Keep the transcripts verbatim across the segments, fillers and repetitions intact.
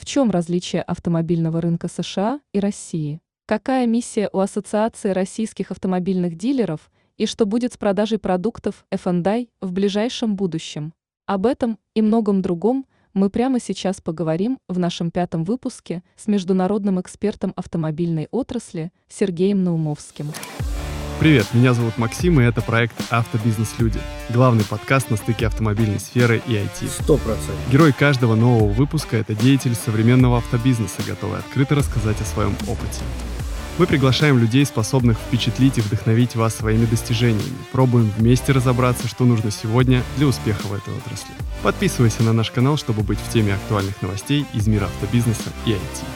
чем различие автомобильного рынка США и России? Какая миссия у Ассоциации российских автомобильных дилеров и что будет с продажей продуктов эф энд ай в ближайшем будущем? Об этом и многом другом мы прямо сейчас поговорим в нашем пятом выпуске с международным экспертом автомобильной отрасли Сергеем Наумовским. Привет, меня зовут Максим, и это проект «Автобизнес-люди». Главный подкаст на стыке автомобильной сферы и ай ти. Сто процентов. Герой каждого нового выпуска – это деятель современного автобизнеса, готовый открыто рассказать о своем опыте. Мы приглашаем людей, способных впечатлить и вдохновить вас своими достижениями. Пробуем вместе разобраться, что нужно сегодня для успеха в этой отрасли. Подписывайся на наш канал, чтобы быть в теме актуальных новостей из мира автобизнеса и ай ти.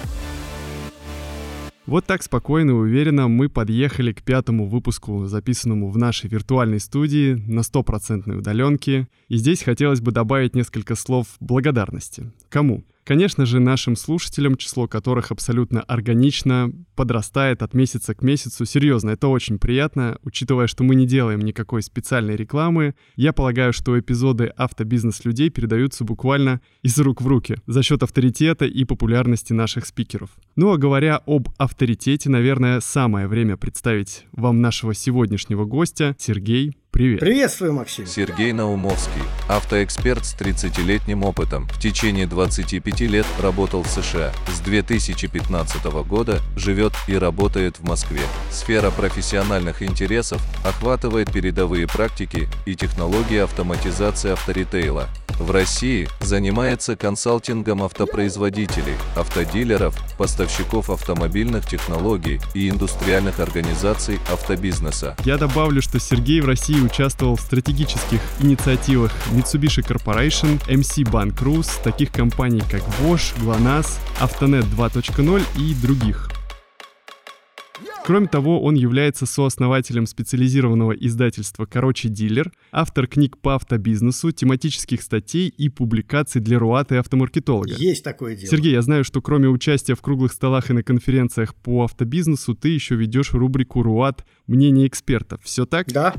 Вот так спокойно и уверенно мы подъехали к пятому выпуску, записанному в нашей виртуальной студии на стопроцентной удаленке. И здесь хотелось бы добавить несколько слов благодарности. Кому? Конечно же, нашим слушателям, число которых абсолютно органично подрастает от месяца к месяцу. Серьезно, это очень приятно, учитывая, что мы не делаем никакой специальной рекламы. Я полагаю, что эпизоды автобизнес-людей передаются буквально из рук в руки за счет авторитета и популярности наших спикеров. Ну а говоря об авторитете, наверное, самое время представить вам нашего сегодняшнего гостя. Сергей, привет. Приветствую, Максим. Сергей Наумовский, автоэксперт с тридцатилетним опытом. В течение двадцати пяти лет работал в США. С две тысячи пятнадцатого года живет и работает в Москве. Сфера профессиональных интересов охватывает передовые практики и технологии автоматизации авторитейла. В России занимается консалтингом автопроизводителей, автодилеров, поставщиков автомобильных технологий и индустриальных организаций автобизнеса. Я добавлю, что Сергей в России участвовал в стратегических инициативах Mitsubishi Corporation, эм си Bank Cruise, таких компаний как Bosch, GLONASS, Автонет два точка ноль и других. Кроме того, он является сооснователем специализированного издательства «Короче, дилер», автор книг по автобизнесу, тематических статей и публикаций для РУАТ и автомаркетолога. Есть такое дело. Сергей, я знаю, что кроме участия в круглых столах и на конференциях по автобизнесу, ты еще ведешь рубрику РУАТ «Мнение экспертов». Все так? Да.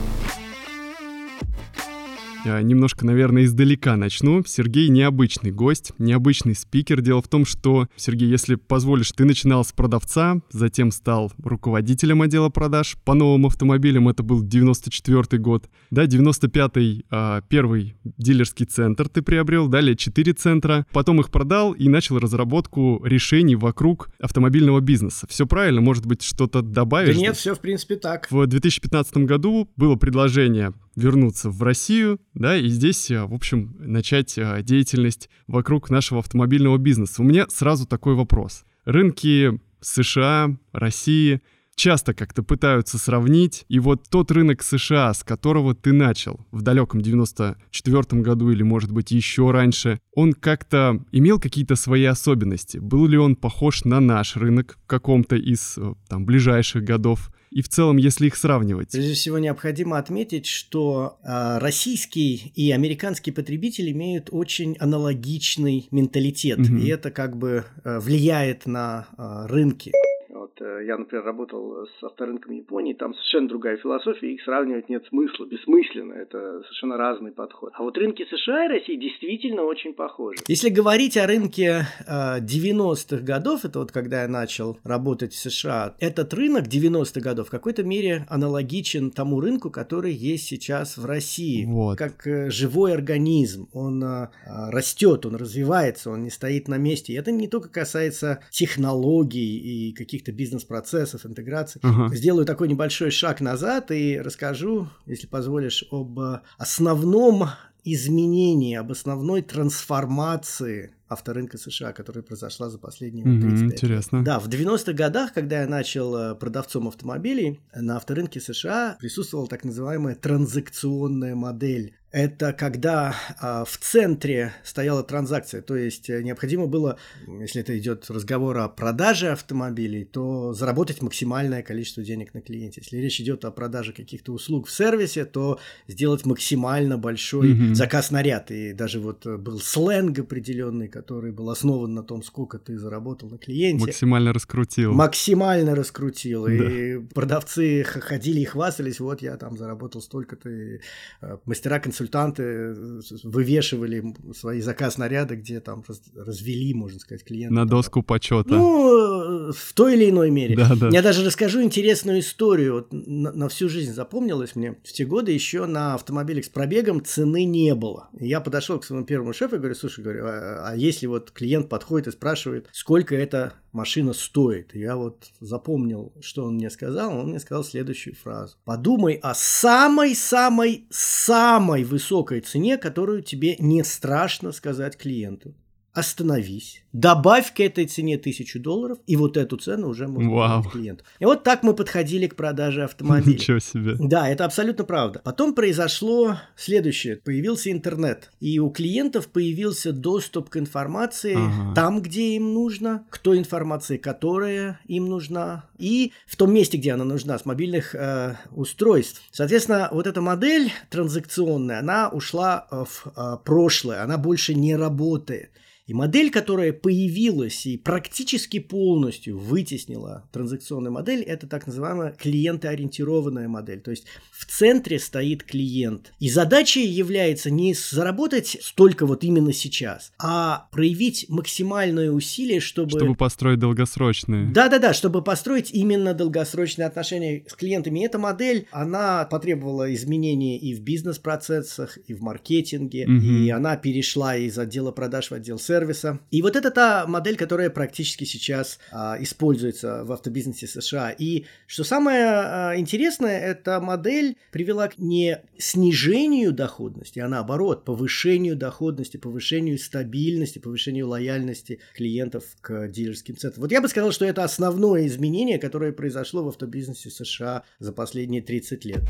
Я немножко, наверное, издалека начну. Сергей необычный гость, необычный спикер. Дело в том, что, Сергей, если позволишь, ты начинал с продавца, затем стал руководителем отдела продаж по новым автомобилям. Это был девяносто четвёртый год. Да, девяносто пятый а, первый дилерский центр ты приобрел, далее четыре центра. Потом их продал и начал разработку решений вокруг автомобильного бизнеса. Все правильно? Может быть, что-то добавишь? Да нет, все в принципе так. В две тысячи пятнадцатом году было предложение вернуться в Россию, да, и здесь, в общем, начать деятельность вокруг нашего автомобильного бизнеса. У меня сразу такой вопрос. Рынки США, России часто как-то пытаются сравнить, и вот тот рынок США, с которого ты начал в далеком девяносто четвёртом году или, может быть, еще раньше, он как-то имел какие-то свои особенности? Был ли он похож на наш рынок в каком-то из там ближайших годов? И в целом, если их сравнивать. Прежде всего, необходимо отметить, что э, российский и американский потребитель имеют очень аналогичный менталитет, mm-hmm. и это как бы э, влияет на э, рынки. Вот, э, я, например, работал с авторынком Японии, там совершенно другая философия, их сравнивать нет смысла, бессмысленно, это совершенно разный подход. А вот рынки США и России действительно очень похожи. Если говорить о рынке э, девяностых годов, это вот когда я начал работать в США, этот рынок девяностых годов в какой-то мере аналогичен тому рынку, который есть сейчас в России. Вот. Как э, живой организм, он э, растет, он развивается, он не стоит на месте. И это не только касается технологий и каких-то бизнес-процессов, интеграции. Uh-huh. Сделаю такой небольшой шаг назад и расскажу, если позволишь, об основном изменении, об основной трансформации авторынка США, которая произошла за последние mm-hmm, тридцать пять интересно. лет. Да, в девяностых годах, когда я начал продавцом автомобилей, на авторынке США присутствовала так называемая транзакционная модель. Это когда а, в центре стояла транзакция, то есть необходимо было, если это идет разговор о продаже автомобилей, то заработать максимальное количество денег на клиенте. Если речь идет о продаже каких-то услуг в сервисе, то сделать максимально большой mm-hmm. заказ-наряд. И даже вот был сленг определенный, который был основан на том, сколько ты заработал на клиенте. Максимально раскрутил. Максимально раскрутил. Да. И продавцы ходили и хвастались, вот я там заработал столько-то. И мастера консультации консультанты вывешивали свои заказ-наряды, где там развели, можно сказать, клиента. На доску почета. Ну, в той или иной мере. Да, да. Я даже расскажу интересную историю. Вот на, на всю жизнь запомнилось мне. В те годы еще на автомобилях с пробегом цены не было. И я подошел к своему первому шефу и говорю: слушай, говорю, а, а если вот клиент подходит и спрашивает, сколько эта машина стоит? И я вот запомнил, что он мне сказал. Он мне сказал следующую фразу: подумай о самой-самой-самой высокой цене, которую тебе не страшно сказать клиенту. Остановись, добавь к этой цене тысячу долларов, и вот эту цену уже можно продать клиенту. И вот так мы подходили к продаже автомобиля. Ничего себе. Да, это абсолютно правда. Потом произошло следующее. Появился интернет, и у клиентов появился доступ к информации ага. там, где им нужно, к той информации, которая им нужна, и в том месте, где она нужна, с мобильных э, устройств. Соответственно, вот эта модель транзакционная, она ушла в э, прошлое, она больше не работает. И модель, которая появилась и практически полностью вытеснила транзакционную модель, это так называемая клиентоориентированная модель. То есть в центре стоит клиент. И задачей является не заработать столько вот именно сейчас, а проявить максимальное усилие, чтобы... Чтобы построить долгосрочные. Да-да-да, чтобы построить именно долгосрочные отношения с клиентами. И эта модель, она потребовала изменений и в бизнес-процессах, и в маркетинге, угу. и она перешла из отдела продаж в отдел сервиса. И вот это та модель, которая практически сейчас а, используется в автобизнесе США. И что самое а, интересное, эта модель привела к не снижению доходности, а наоборот, повышению доходности, повышению стабильности, повышению лояльности клиентов к дилерским центрам. Вот я бы сказал, что это основное изменение, которое произошло в автобизнесе США за последние тридцать лет.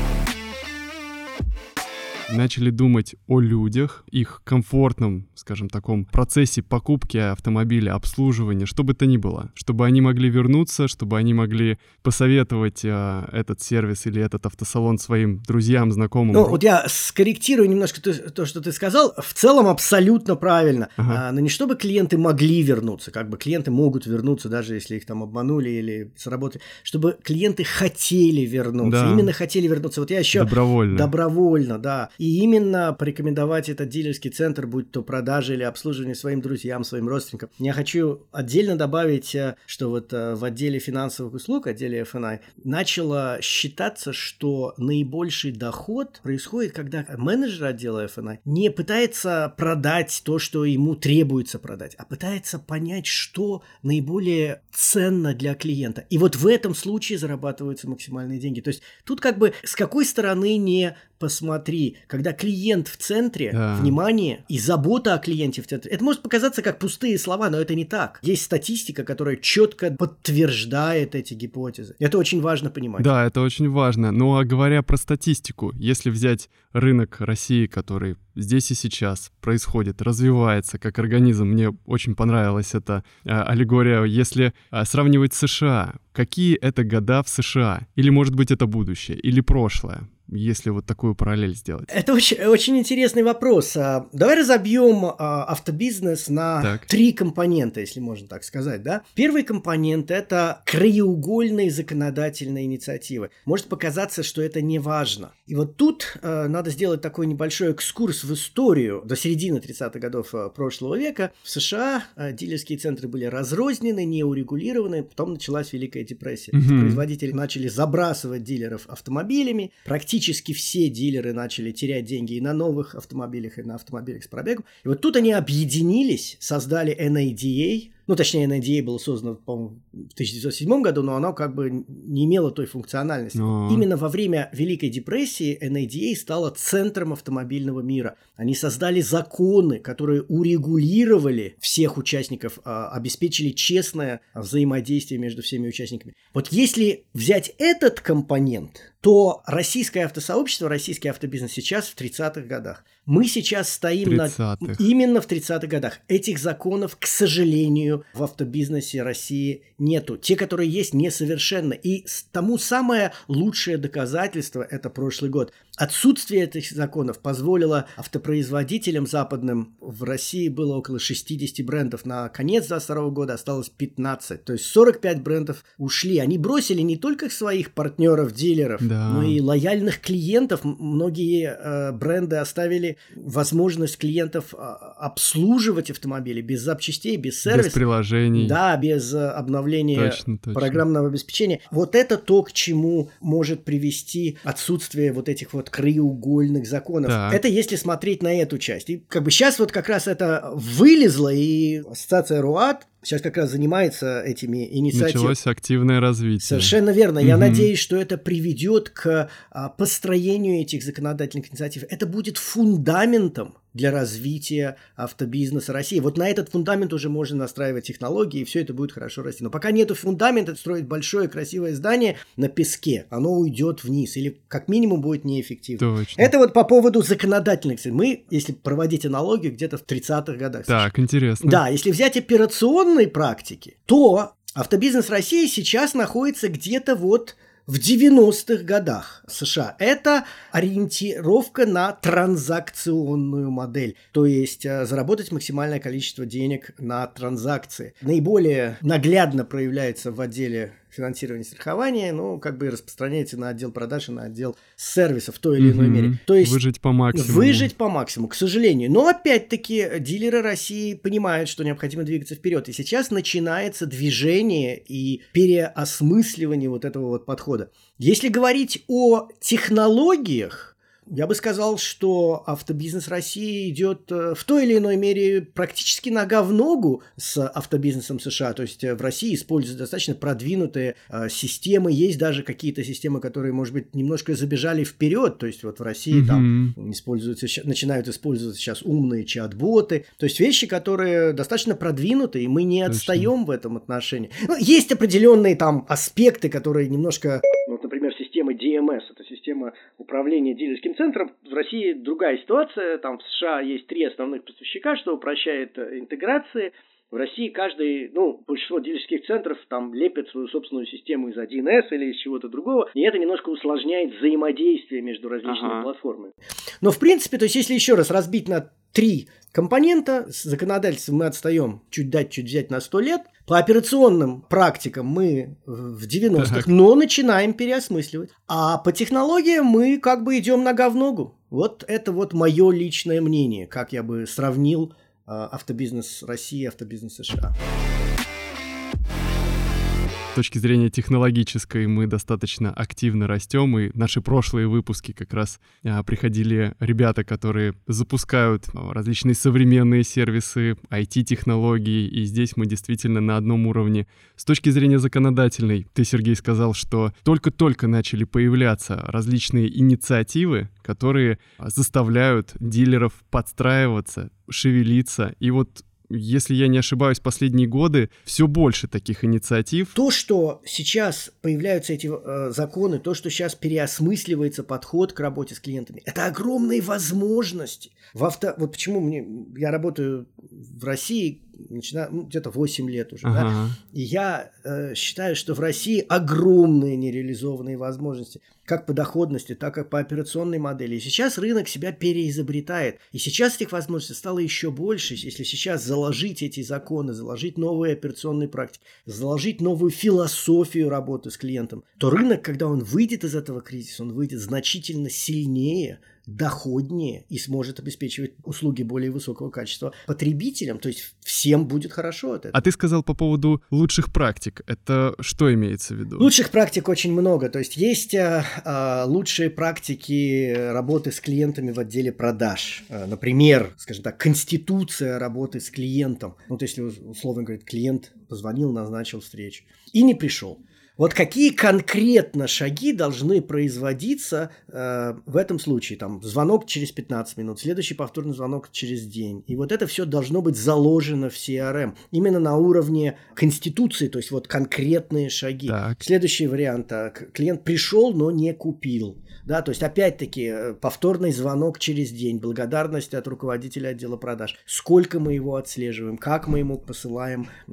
Начали думать о людях, их комфортном, скажем, таком процессе покупки автомобиля, обслуживания, что бы то ни было, чтобы они могли вернуться, чтобы они могли посоветовать а, этот сервис или этот автосалон своим друзьям, знакомым. Ну, вот я скорректирую немножко то, то, что ты сказал. В целом абсолютно правильно. Ага. А, но не чтобы клиенты могли вернуться, как бы клиенты могут вернуться, даже если их там обманули или сработали, чтобы клиенты хотели вернуться, да. именно хотели вернуться. Вот я еще... Добровольно. Добровольно, да. И именно порекомендовать этот дилерский центр, будь то продажи или обслуживание своим друзьям, своим родственникам. Я хочу отдельно добавить, что вот в отделе финансовых услуг, отделе эф эн ай, начало считаться, что наибольший доход происходит, когда менеджер отдела эф эн ай не пытается продать то, что ему требуется продать, а пытается понять, что наиболее ценно для клиента. И вот в этом случае зарабатываются максимальные деньги. То есть тут как бы с какой стороны не посмотри, когда клиент в центре, да. внимание и забота о клиенте в центре. Это может показаться как пустые слова, но это не так. Есть статистика, которая четко подтверждает эти гипотезы. Это очень важно понимать. Да, это очень важно. Ну а говоря про статистику, если взять рынок России, который здесь и сейчас происходит, развивается как организм, мне очень понравилась эта а, аллегория, если а, сравнивать с США, какие это года в США? Или, может быть, это будущее, или прошлое? Если вот такую параллель сделать? Это очень, очень интересный вопрос. Давай разобьем автобизнес на так. три компонента, если можно так сказать. Да? Первый компонент – это краеугольные законодательные инициативы. Может показаться, что это не важно. И вот тут э, надо сделать такой небольшой экскурс в историю. До середины тридцатых годов прошлого века в США э, дилерские центры были разрознены, не урегулированы. Потом началась Великая депрессия. Mm-hmm. Производители начали забрасывать дилеров автомобилями. Практически Практически все дилеры начали терять деньги и на новых автомобилях, и на автомобилях с пробегом. И вот тут они объединились, создали эн эй ди эй. Ну, точнее, эн эй ди эй было создано, по-моему, в тысяча девятьсот седьмом году, но оно как бы не имело той функциональности. Но... Именно во время Великой депрессии эн эй ди эй стала центром автомобильного мира. Они создали законы, которые урегулировали всех участников, обеспечили честное взаимодействие между всеми участниками. Вот если взять этот компонент, то российское автосообщество, российский автобизнес сейчас в тридцатых годах. Мы сейчас стоим на... именно в тридцатых годах. Этих законов, к сожалению, в автобизнесе России нету. Те, которые есть, несовершенны. И тому самое лучшее доказательство – это прошлый год. Отсутствие этих законов позволило автопроизводителям западным, в России было около шестьдесят брендов, на конец две тысячи двадцать второго года осталось пятнадцать, то есть сорок пять брендов ушли. Они бросили не только своих партнеров, дилеров, да. но и лояльных клиентов. Многие э, бренды оставили возможность клиентов э, обслуживать автомобили без запчастей, без сервиса. Без приложений. Да, без э, обновления точно, точно. программного обеспечения. Вот это то, к чему может привести отсутствие вот этих вот краеугольных законов. Так. Это если смотреть на эту часть. И как бы сейчас вот как раз это вылезло, и ассоциация РУАТ сейчас как раз занимается этими инициативами. Началось активное развитие. Совершенно верно. Угу. Я надеюсь, что это приведет к а, построению этих законодательных инициатив. Это будет фундаментом для развития автобизнеса России. Вот на этот фундамент уже можно настраивать технологии, и все это будет хорошо расти. Но пока нету фундамента, строить большое красивое здание на песке, оно уйдет вниз или как минимум будет неэффективно. Точно. Это вот по поводу законодательных. Мы, если проводить аналогию, где-то в тридцатых годах. Так, интересно. Да, если взять операционные практики, то автобизнес России сейчас находится где-то вот в девяностых годах США. Это ориентировка на транзакционную модель, то есть э, заработать максимальное количество денег на транзакции. Наиболее наглядно проявляется в отделе финансирования и страхования, ну, как бы распространяется на отдел продаж и на отдел сервисов в той или иной Угу. мере. То есть выжить по максимуму. Выжить по максимуму, к сожалению. Но опять-таки дилеры России понимают, что необходимо двигаться вперед. И сейчас начинается движение и переосмысливание вот этого вот подхода. Если говорить о технологиях, я бы сказал, что автобизнес России идет в той или иной мере практически нога в ногу с автобизнесом США. То есть в России используются достаточно продвинутые э, системы. Есть даже какие-то системы, которые, может быть, немножко забежали вперед. То есть вот в России Угу. там используются, начинают использоваться сейчас умные чат-боты. То есть вещи, которые достаточно продвинуты, и мы не Точно. отстаем в этом отношении. Ну, есть определенные там аспекты, которые немножко... Вот, например, система ди эм эс, это система управления дилерским центром. В России другая ситуация, там в США есть три основных поставщика, что упрощает интеграции. В России каждый, ну, большинство дилерских центров там лепят свою собственную систему из один эс или из чего-то другого, и это немножко усложняет взаимодействие между различными ага. платформами. Но, в принципе, то есть, если еще раз разбить на три компонента, с законодательством мы отстаем чуть дать, чуть взять на сто лет, по операционным практикам мы в девяностых, так. но начинаем переосмысливать, а по технологиям мы как бы идем нога в ногу. Вот это вот мое личное мнение, как я бы сравнил автобизнес России и автобизнес США. С точки зрения технологической мы достаточно активно растем, и наши прошлые выпуски как раз а, приходили ребята, которые запускают различные современные сервисы, ай ти-технологии, и здесь мы действительно на одном уровне. С точки зрения законодательной, ты, Сергей, сказал, что только-только начали появляться различные инициативы, которые заставляют дилеров подстраиваться, шевелиться, и вот если я не ошибаюсь, последние годы все больше таких инициатив. То, что сейчас появляются эти э, законы, то, что сейчас переосмысливается подход к работе с клиентами, это огромные возможности. В авто... Вот почему мне... я работаю в России начинаю, ну, где-то восемь лет уже, ага. да? И я э, считаю, что в России огромные нереализованные возможности, как по доходности, так и по операционной модели. И сейчас рынок себя переизобретает. И сейчас этих возможностей стало еще больше, если сейчас заложить эти законы, заложить новые операционные практики, заложить новую философию работы с клиентом, то рынок, когда он выйдет из этого кризиса, он выйдет значительно сильнее, доходнее и сможет обеспечивать услуги более высокого качества потребителям. То есть всем будет хорошо от этого. А ты сказал по поводу лучших практик. Это что имеется в виду? Лучших практик очень много. То есть есть а, а, лучшие практики работы с клиентами в отделе продаж. А, например, скажем так, конституция работы с клиентом. Ну, то есть, если условно говоря, клиент позвонил, назначил встречу и не пришел. Вот какие конкретно шаги должны производиться э, в этом случае? Там звонок через пятнадцать минут, следующий повторный звонок через день. И вот это все должно быть заложено в си ар эм. Именно на уровне конституции, то есть вот конкретные шаги. Так. Следующий вариант. Клиент пришел, но не купил. Да, то есть, опять-таки, повторный звонок через день, благодарность от руководителя отдела продаж. Сколько мы его отслеживаем, как мы ему посылаем напоминания.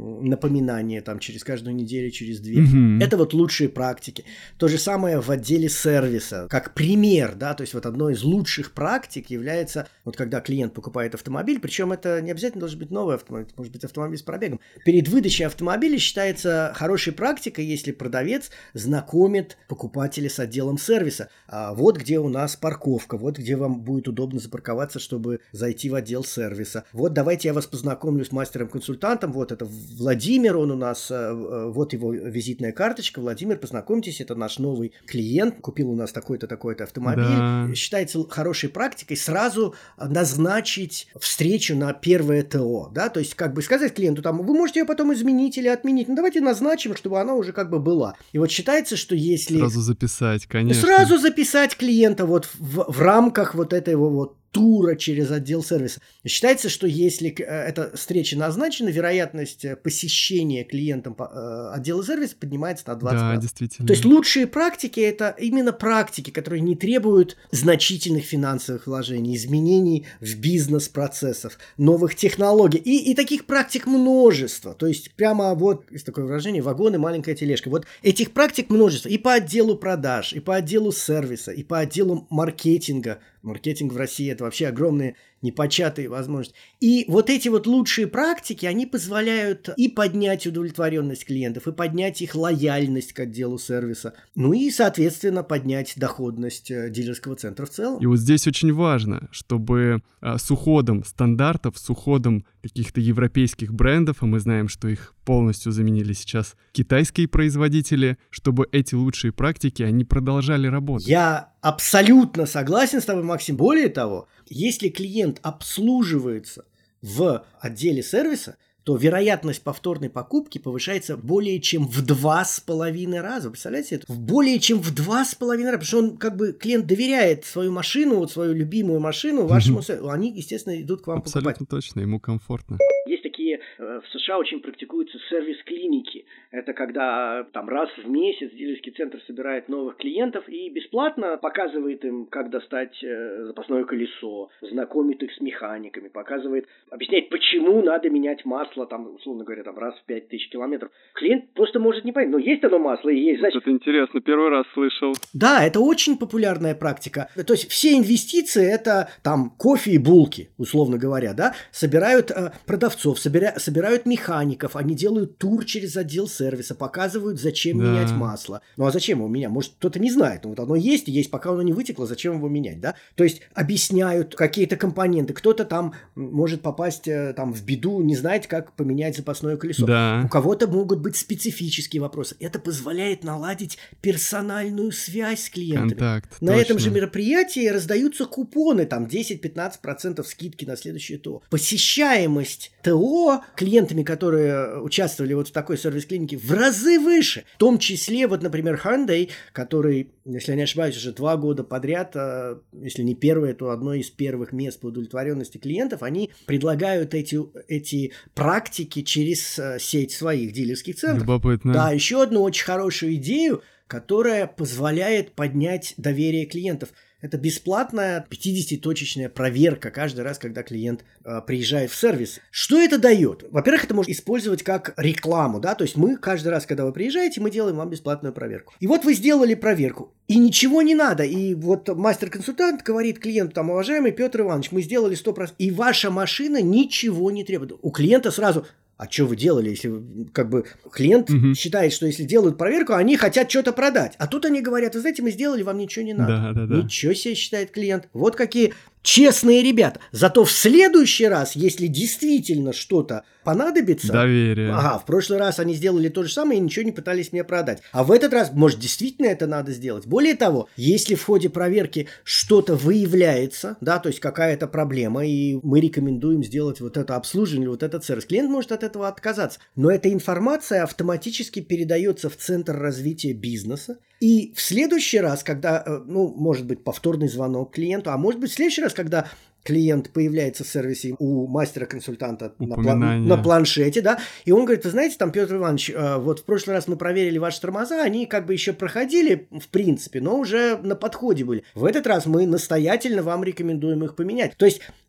напоминание там через каждую неделю, через две. Mm-hmm. Это вот лучшие практики. То же самое в отделе сервиса. Как пример, да, то есть вот одной из лучших практик является, вот когда клиент покупает автомобиль, причем это не обязательно должен быть новый автомобиль, это может быть автомобиль с пробегом. Перед выдачей автомобиля считается хорошей практикой, если продавец знакомит покупателя с отделом сервиса. А вот где у нас парковка, вот где вам будет удобно запарковаться, чтобы зайти в отдел сервиса. Вот давайте я вас познакомлю с мастером-консультантом, вот это Владимир, он у нас, вот его визитная карточка, Владимир, познакомьтесь, это наш новый клиент, купил у нас такой-то, такой-то автомобиль. Да. Считается хорошей практикой сразу назначить встречу на первое ТО, да, то есть как бы сказать клиенту, там, вы можете ее потом изменить или отменить, ну давайте назначим, чтобы она уже как бы была. И вот считается, что если... Сразу записать, конечно. Сразу записать клиента вот в, в рамках вот этого вот тура через отдел сервиса. Считается, что если эта встреча назначена, вероятность посещения клиентом отдела сервиса поднимается на двадцать процентов. Да, действительно. То есть лучшие практики – это именно практики, которые не требуют значительных финансовых вложений, изменений в бизнес-процессах, новых технологий. И, и таких практик множество. То есть прямо вот, есть такое выражение, вагон и маленькая тележка. Вот этих практик множество. И по отделу продаж, и по отделу сервиса, и по отделу маркетинга. Маркетинг в России – это вообще огромные непочатые возможности. И вот эти вот лучшие практики, они позволяют и поднять удовлетворенность клиентов, и поднять их лояльность к отделу сервиса, ну и, соответственно, поднять доходность дилерского центра в целом. И вот здесь очень важно, чтобы а, с уходом стандартов, с уходом каких-то европейских брендов, а мы знаем, что их полностью заменили сейчас китайские производители, чтобы эти лучшие практики, они продолжали работать. Я абсолютно согласен с тобой, Максим. Более того, если клиент обслуживается в отделе сервиса, то вероятность повторной покупки повышается более чем в два с половиной раза. Вы представляете это? В более чем в два с половиной раза. Потому что он, как бы, клиент доверяет свою машину, вот свою любимую машину вашему сервису. Они, естественно, идут к вам Абсолютно покупать. Абсолютно точно, ему комфортно. Есть такие, в США очень практикуются сервис-клиники. Это когда там раз в месяц дилерский центр собирает новых клиентов и бесплатно показывает им, как достать запасное колесо, знакомит их с механиками, показывает, объясняет, почему надо менять масло, там, условно говоря, там, раз в пять тысяч километров. Клиент просто может не понять, но есть оно масло и есть, значит... Это интересно, первый раз слышал. Да, это очень популярная практика. То есть все инвестиции – это там кофе и булки, условно говоря, да, собирают э, продавцов, собира... собирают механиков, они делают тур через отдел сервиса, показывают, зачем да. менять масло. Ну а зачем его менять? Может, кто-то не знает. Ну вот оно есть, есть, пока оно не вытекло, зачем его менять, да? То есть объясняют какие-то компоненты. Кто-то там может попасть э, там в беду, не знает, как поменять запасное колесо. Да. У кого-то могут быть специфические вопросы. Это позволяет наладить персональную связь с клиентами. Контакт, на точно. этом же мероприятии раздаются купоны, там десять-пятнадцать процентов скидки на следующее ТО. Посещаемость ТО клиентами, которые участвовали вот в такой сервис-клинике, в разы выше. В том числе, вот, например, Hyundai, который, если я не ошибаюсь, уже два года подряд, если не первое, то одно из первых мест по удовлетворенности клиентов, они предлагают эти, эти практики через сеть своих дилерских центров. Любопытно. Да, еще одну очень хорошую идею, которая позволяет поднять доверие клиентов. Это бесплатная пятидесятиточечная проверка каждый раз, когда клиент э, приезжает в сервис. Что это дает? Во-первых, это можно использовать как рекламу, да, то есть мы каждый раз, когда вы приезжаете, мы делаем вам бесплатную проверку. И вот вы сделали проверку, и ничего не надо, и вот мастер-консультант говорит клиенту, там, уважаемый Петр Иванович, мы сделали сто процентов, и ваша машина ничего не требует. У клиента сразу... А что вы делали, если как бы клиент угу. считает, что если делают проверку, они хотят что-то продать. А тут они говорят, вы знаете, мы сделали, вам ничего не надо. Да, да, да. Ничего себе, считает клиент. Вот какие честные ребята. Зато в следующий раз, если действительно что-то понадобится... Доверие. Ага, в прошлый раз они сделали то же самое и ничего не пытались мне продать. А в этот раз, может, действительно это надо сделать. Более того, если в ходе проверки что-то выявляется, да, то есть какая-то проблема, и мы рекомендуем сделать вот это обслуживание, вот этот сервис, клиент может от этого отказаться. Но эта информация автоматически передается в Центр развития бизнеса. И в следующий раз, когда, ну, может быть, повторный звонок клиенту, а может быть, в следующий раз, когда клиент появляется в сервисе у мастера-консультанта на, план, на планшете, да, и он говорит, вы знаете, там, Петр Иванович, вот в прошлый раз мы проверили ваши тормоза, они как бы еще проходили, в принципе, но уже на подходе были. В этот раз мы настоятельно вам рекомендуем их поменять. То есть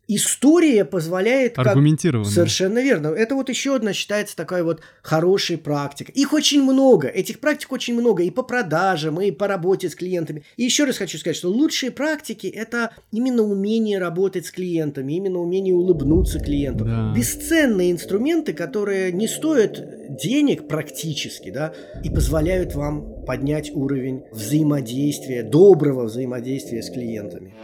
история позволяет... Аргументированно. Как... Совершенно верно. Это вот еще одна считается такая вот хорошая практика. Их очень много, этих практик очень много и по продажам, и по работе с клиентами. И еще раз хочу сказать, что лучшие практики – это именно умение работать с клиентами, именно умение улыбнуться клиенту. Да. Бесценные инструменты, которые не стоят денег практически, да, и позволяют вам поднять уровень взаимодействия, доброго взаимодействия с клиентами.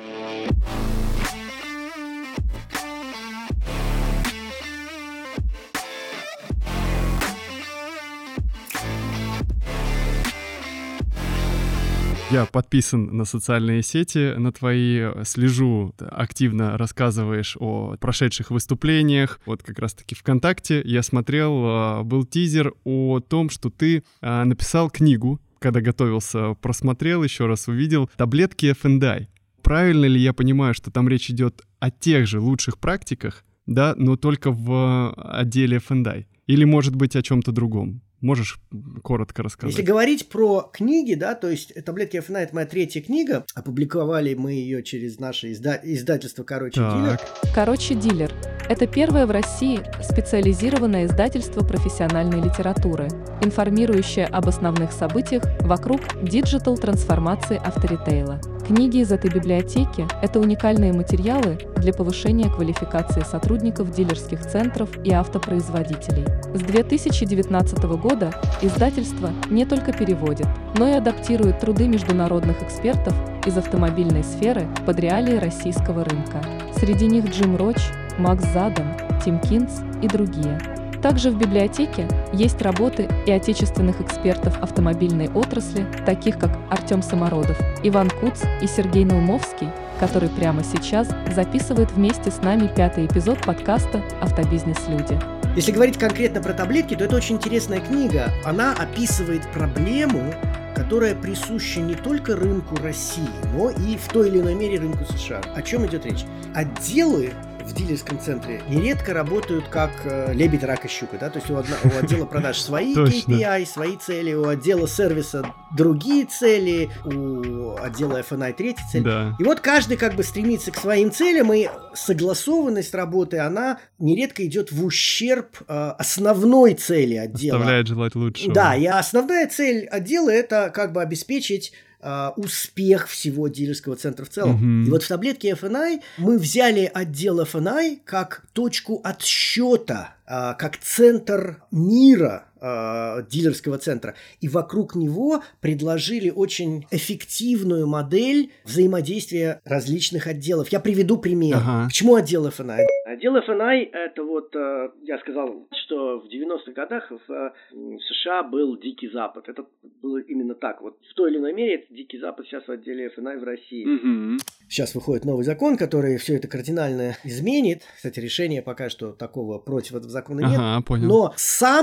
Я подписан на социальные сети, на твои, слежу, активно рассказываешь о прошедших выступлениях. Вот как раз-таки ВКонтакте я смотрел, был тизер о том, что ты написал книгу, когда готовился, просмотрел, еще раз увидел, «Таблетки эф энд ай». Правильно ли я понимаю, что там речь идет о тех же лучших практиках, да, но только в отделе эф энд ай? Или, может быть, о чем-то другом? Можешь коротко рассказать? Если говорить про книги, да, то есть «Таблетки эф энд ай» — это моя третья книга. Опубликовали мы ее через наше изда- издательство «Короче, так. дилер». «Короче, дилер» — это первое в России специализированное издательство профессиональной литературы, информирующее об основных событиях вокруг диджитал-трансформации авторитейла. Книги из этой библиотеки – это уникальные материалы для повышения квалификации сотрудников дилерских центров и автопроизводителей. С две тысячи девятнадцатого года издательство не только переводит, но и адаптирует труды международных экспертов из автомобильной сферы под реалии российского рынка. Среди них Джим Роч, Макс Задан, Тим Кинц и другие. Также в библиотеке есть работы и отечественных экспертов автомобильной отрасли, таких как Артем Самородов, Иван Куц и Сергей Наумовский, который прямо сейчас записывает вместе с нами пятый эпизод подкаста «Автобизнес-люди». Если говорить конкретно про таблетки, то это очень интересная книга. Она описывает проблему, которая присуща не только рынку России, но и в той или иной мере рынку США. О чем идет речь? Отделы в дилерском центре нередко работают как э, лебедь, рак и щука, да, то есть у, одна, у отдела продаж свои кей пи ай, свои цели, у отдела сервиса другие цели, у отдела эф энд ай третьи цели. Да. И вот каждый как бы стремится к своим целям, и согласованность работы, она нередко идет в ущерб э, основной цели отдела. Оставляет желать лучшего. Да, и основная цель отдела – это как бы обеспечить Uh, успех всего дилерского центра в целом. Mm-hmm. И вот в таблетке эф энд ай мы взяли отдел эф энд ай как точку отсчета, uh, как центр мира uh, дилерского центра. И вокруг него предложили очень эффективную модель взаимодействия различных отделов. Я приведу пример. Uh-huh. Почему отдел эф энд ай? Отдел эф энд ай – это вот, uh, я сказал, что в девяностых годах в uh, США был Дикий Запад. Это было именно так. Вот в той или иной мере Дикий Запад сейчас в отделе эф энд ай в России. Mm-hmm. Сейчас выходит новый закон, который все это кардинально изменит. Кстати, решения пока что такого против этого закона нет. Ага, понял. Но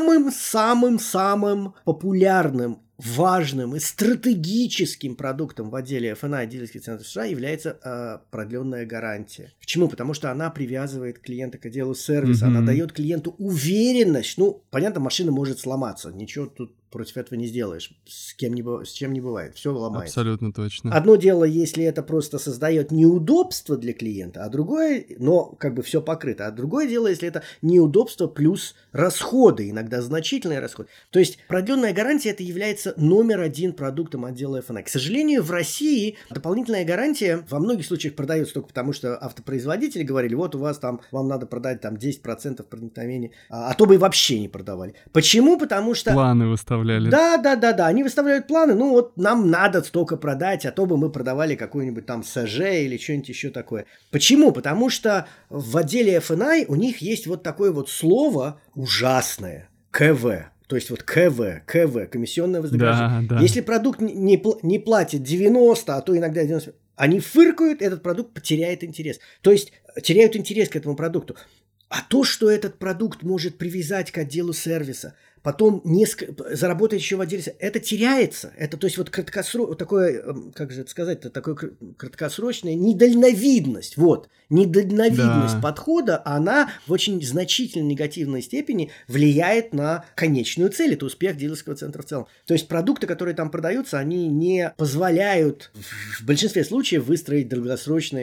самым-самым-самым популярным, важным и стратегическим продуктом в отделе эф энд ай дилерских центров США является э, продленная гарантия. Почему? Потому что она привязывает клиента к отделу сервиса, mm-hmm. она дает клиенту уверенность. Ну, понятно, машина может сломаться, ничего тут против этого не сделаешь, с кем не, с чем не бывает, все ломается. Абсолютно точно. Одно дело, если это просто создает неудобство для клиента, а другое, но как бы все покрыто, а другое дело, если это неудобство плюс расходы, иногда значительные расходы. То есть продленная гарантия это является номер один продуктом отдела эф энд ай. К сожалению, в России дополнительная гарантия во многих случаях продается только потому, что автопроизводители говорили, вот у вас там, вам надо продать там десять процентов проникновения, а, а то бы и вообще не продавали. Почему? Потому что... Планы выставляют. Да, да, да, да. Они выставляют планы, ну вот нам надо столько продать, а то бы мы продавали какой-нибудь там СЖ или что-нибудь еще такое. Почему? Потому что в отделе эф энд ай у них есть вот такое вот слово ужасное. ка вэ. То есть вот ка вэ, ка вэ, комиссионное вознаграждение. Да, да. Если продукт не, не, не платит девяносто, а то иногда девяносто, они фыркают, этот продукт потеряет интерес. То есть теряют интерес к этому продукту. А то, что этот продукт может привязать к отделу сервиса, потом несколько, заработать еще в отделе, это теряется. Это, то есть, вот краткосрочное, такое, как же это сказать-то, такое краткосрочная недальновидность. Вот, недальновидность да. подхода, она в очень значительной негативной степени влияет на конечную цель, это успех дилерского центра в целом. То есть, продукты, которые там продаются, они не позволяют в большинстве случаев выстроить долгосрочные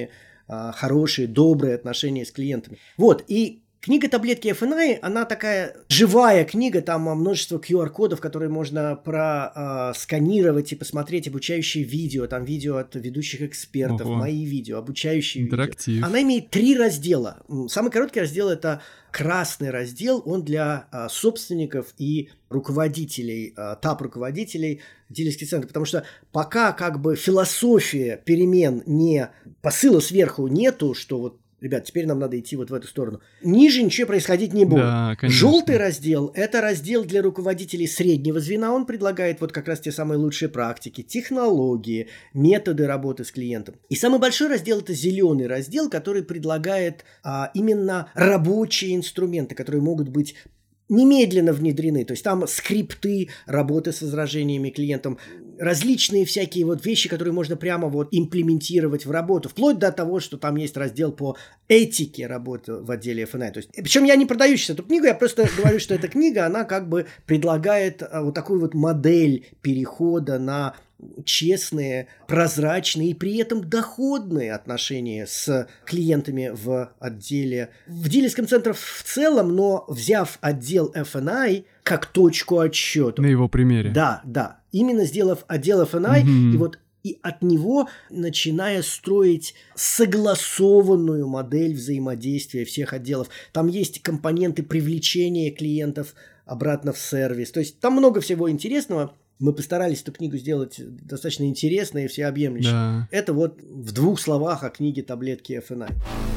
а, хорошие, добрые отношения с клиентами. Вот, и книга «Таблетки эф эн ай», она такая живая книга, там множество ку ар-кодов, которые можно просканировать и посмотреть, обучающие видео, там видео от ведущих экспертов, Ого. Мои видео, обучающие Интерактив. видео. Она имеет три раздела. Самый короткий раздел – это красный раздел, он для а, собственников и руководителей, а, тап-руководителей дилерских центров, потому что пока как бы философия перемен не, посыла сверху нету, что вот ребят, теперь нам надо идти вот в эту сторону. Ниже ничего происходить не будет. Да, конечно. Желтый раздел – это раздел для руководителей среднего звена. Он предлагает вот как раз те самые лучшие практики, технологии, методы работы с клиентом. И самый большой раздел – это зеленый раздел, который предлагает а, именно рабочие инструменты, которые могут быть немедленно внедрены, то есть там скрипты работы с возражениями клиентам, различные всякие вот вещи, которые можно прямо вот имплементировать в работу, вплоть до того, что там есть раздел по этике работы в отделе эф эн ай. То есть, причем я не продаю сейчас эту книгу, я просто говорю, что эта книга, она как бы предлагает вот такую вот модель перехода на честные, прозрачные и при этом доходные отношения с клиентами в отделе, в дилерском центре в целом, но взяв отдел эф эн ай как точку отсчета. На его примере. Да, да. Именно сделав отдел эф эн ай, Mm-hmm. и вот и от него начиная строить согласованную модель взаимодействия всех отделов. Там есть компоненты привлечения клиентов обратно в сервис. То есть там много всего интересного. Мы постарались эту книгу сделать достаточно интересной и всеобъемлющей. Да. Это вот в двух словах о книге «Таблетки эф эн ай».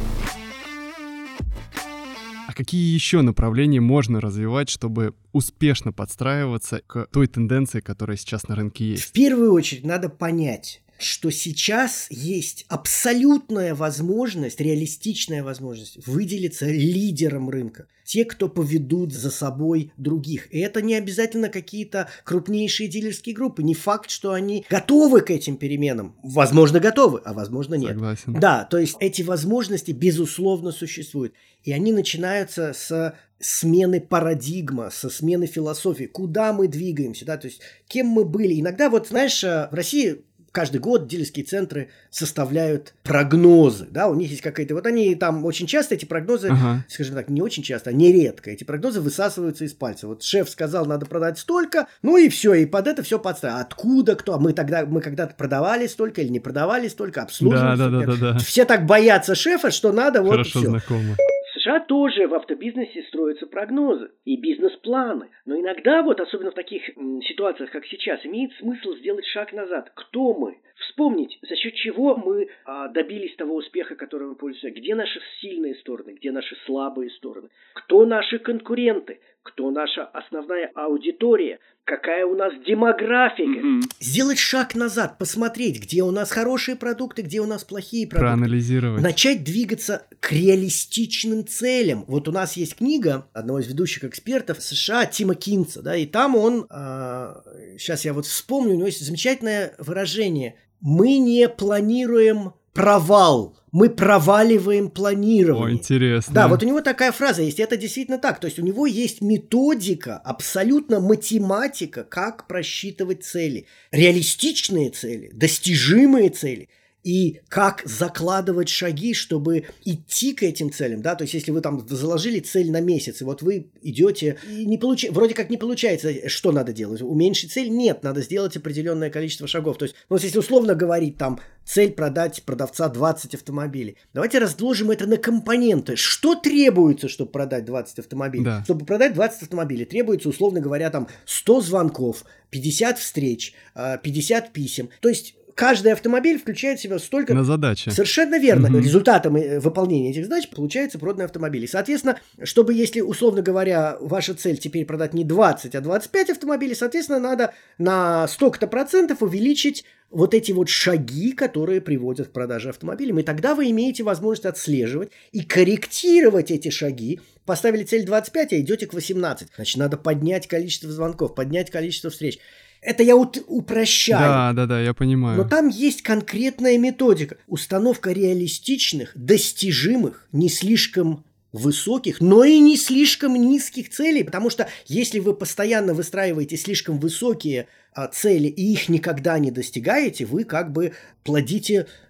А какие еще направления можно развивать, чтобы успешно подстраиваться к той тенденции, которая сейчас на рынке есть? В первую очередь надо понять, что сейчас есть абсолютная возможность, реалистичная возможность выделиться лидером рынка. Те, кто поведут за собой других. И это не обязательно какие-то крупнейшие дилерские группы. Не факт, что они готовы к этим переменам. Возможно, готовы, а возможно, нет. Согласен. Да, то есть эти возможности, безусловно, существуют. И они начинаются с смены парадигма, со смены философии. Куда мы двигаемся, да, то есть кем мы были. Иногда, вот знаешь, в России каждый год дилерские центры составляют прогнозы, да, у них есть какая-то, вот они там очень часто эти прогнозы, ага. скажем так, не очень часто, а нередко, эти прогнозы высасываются из пальца. Вот шеф сказал, надо продать столько, ну и все, и под это все подстраивается. Откуда, кто? Мы тогда, мы когда-то продавали столько или не продавали столько, обслуживали. Да, да, да, да, да. Все так боятся шефа, что надо вот Хорошо все. знакомо. В США тоже в автобизнесе строятся прогнозы и бизнес-планы. Но иногда, вот особенно в таких м, ситуациях, как сейчас, имеет смысл сделать шаг назад. Кто мы? Вспомнить, за счет чего мы а, добились того успеха, которым мы пользуемся. Где наши сильные стороны, где наши слабые стороны. Кто наши конкуренты, кто наша основная аудитория, какая у нас демографика. Mm-hmm. Сделать шаг назад, посмотреть, где у нас хорошие продукты, где у нас плохие продукты. Проанализировать. Начать двигаться к реалистичным целям. Вот у нас есть книга одного из ведущих экспертов США Тима Кинца, да, и там он, э, сейчас я вот вспомню, у него есть замечательное выражение. Мы не планируем провал. Мы проваливаем планирование. О, интересно. Да, вот у него такая фраза есть, и это действительно так. То есть у него есть методика, абсолютно математика, как просчитывать цели. Реалистичные цели, достижимые цели. И как закладывать шаги, чтобы идти к этим целям, да, то есть если вы там заложили цель на месяц, и вот вы идете, и не получ... вроде как не получается, что надо делать? Уменьшить цель? Нет, надо сделать определенное количество шагов, то есть, ну, если условно говорить, там, цель продать продавца двадцать автомобилей, давайте разложим это на компоненты, что требуется, чтобы продать двадцать автомобилей? Да. Чтобы продать двадцать автомобилей, требуется, условно говоря, там, сто звонков, пятьдесят встреч, пятьдесят писем, то есть каждый автомобиль включает в себя столько... На задачи. Совершенно верно. Угу. Результатом выполнения этих задач получается проданный автомобиль. И, соответственно, чтобы, если, условно говоря, ваша цель теперь продать не двадцать, а двадцать пять автомобилей, соответственно, надо на столько-то процентов увеличить вот эти вот шаги, которые приводят к продаже автомобилей. И тогда вы имеете возможность отслеживать и корректировать эти шаги. Поставили цель двадцать пять, а идете к восемнадцати. Значит, надо поднять количество звонков, поднять количество встреч. Это я вот упрощаю. Да, да, да, я понимаю. Но там есть конкретная методика. Установка реалистичных, достижимых, не слишком высоких, но и не слишком низких целей. Потому что если вы постоянно выстраиваете слишком высокие а, цели и их никогда не достигаете, вы как бы плодите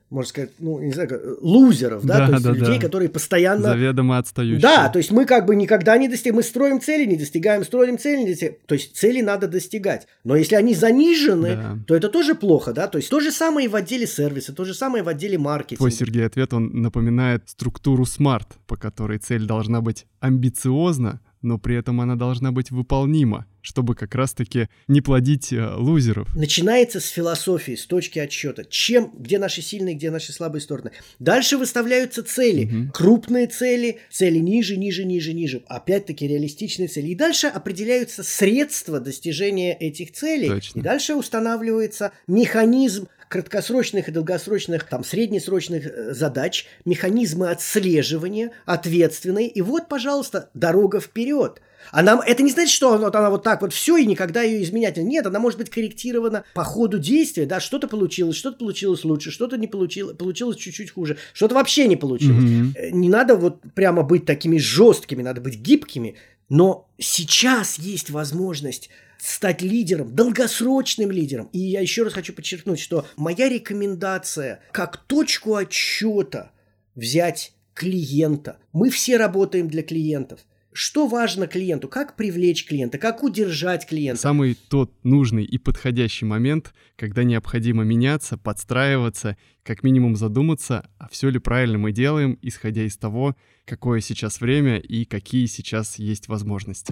можно сказать, ну, не знаю, как, лузеров, да, да то есть да, людей, да. которые постоянно... Заведомо отстающие. Да, то есть мы как бы никогда не достигаем, мы строим цели, не достигаем, строим цели, не достигаем. То есть цели надо достигать. Но если они занижены, да. то это тоже плохо, да, то есть то же самое и в отделе сервиса, то же самое в отделе маркетинга. Твой, Сергей, ответ, он напоминает структуру смарт, по которой цель должна быть амбициозна, но при этом она должна быть выполнима, чтобы как раз-таки не плодить э, лузеров. Начинается с философии, с точки отсчета. Чем, где наши сильные, где наши слабые стороны. Дальше выставляются цели. Угу. Крупные цели, цели ниже, ниже, ниже, ниже. Опять-таки реалистичные цели. И дальше определяются средства достижения этих целей. Точно. И дальше устанавливается механизм краткосрочных и долгосрочных, там, среднесрочных задач, механизмы отслеживания, ответственные. И вот, пожалуйста, дорога вперед. Она, это не значит, что она, она вот так вот все и никогда ее изменять. Нет, она может быть корректирована по ходу действия. Да, что-то получилось, что-то получилось лучше, что-то не получилось, получилось чуть-чуть хуже, что-то вообще не получилось. Mm-hmm. Не надо вот прямо быть такими жесткими, надо быть гибкими. Но сейчас есть возможность стать лидером, долгосрочным лидером. И я еще раз хочу подчеркнуть, что моя рекомендация как точку отсчета взять клиента. Мы все работаем для клиентов. Что важно клиенту? Как привлечь клиента? Как удержать клиента? Самый тот нужный и подходящий момент, когда необходимо меняться, подстраиваться, как минимум задуматься, а все ли правильно мы делаем, исходя из того, какое сейчас время и какие сейчас есть возможности.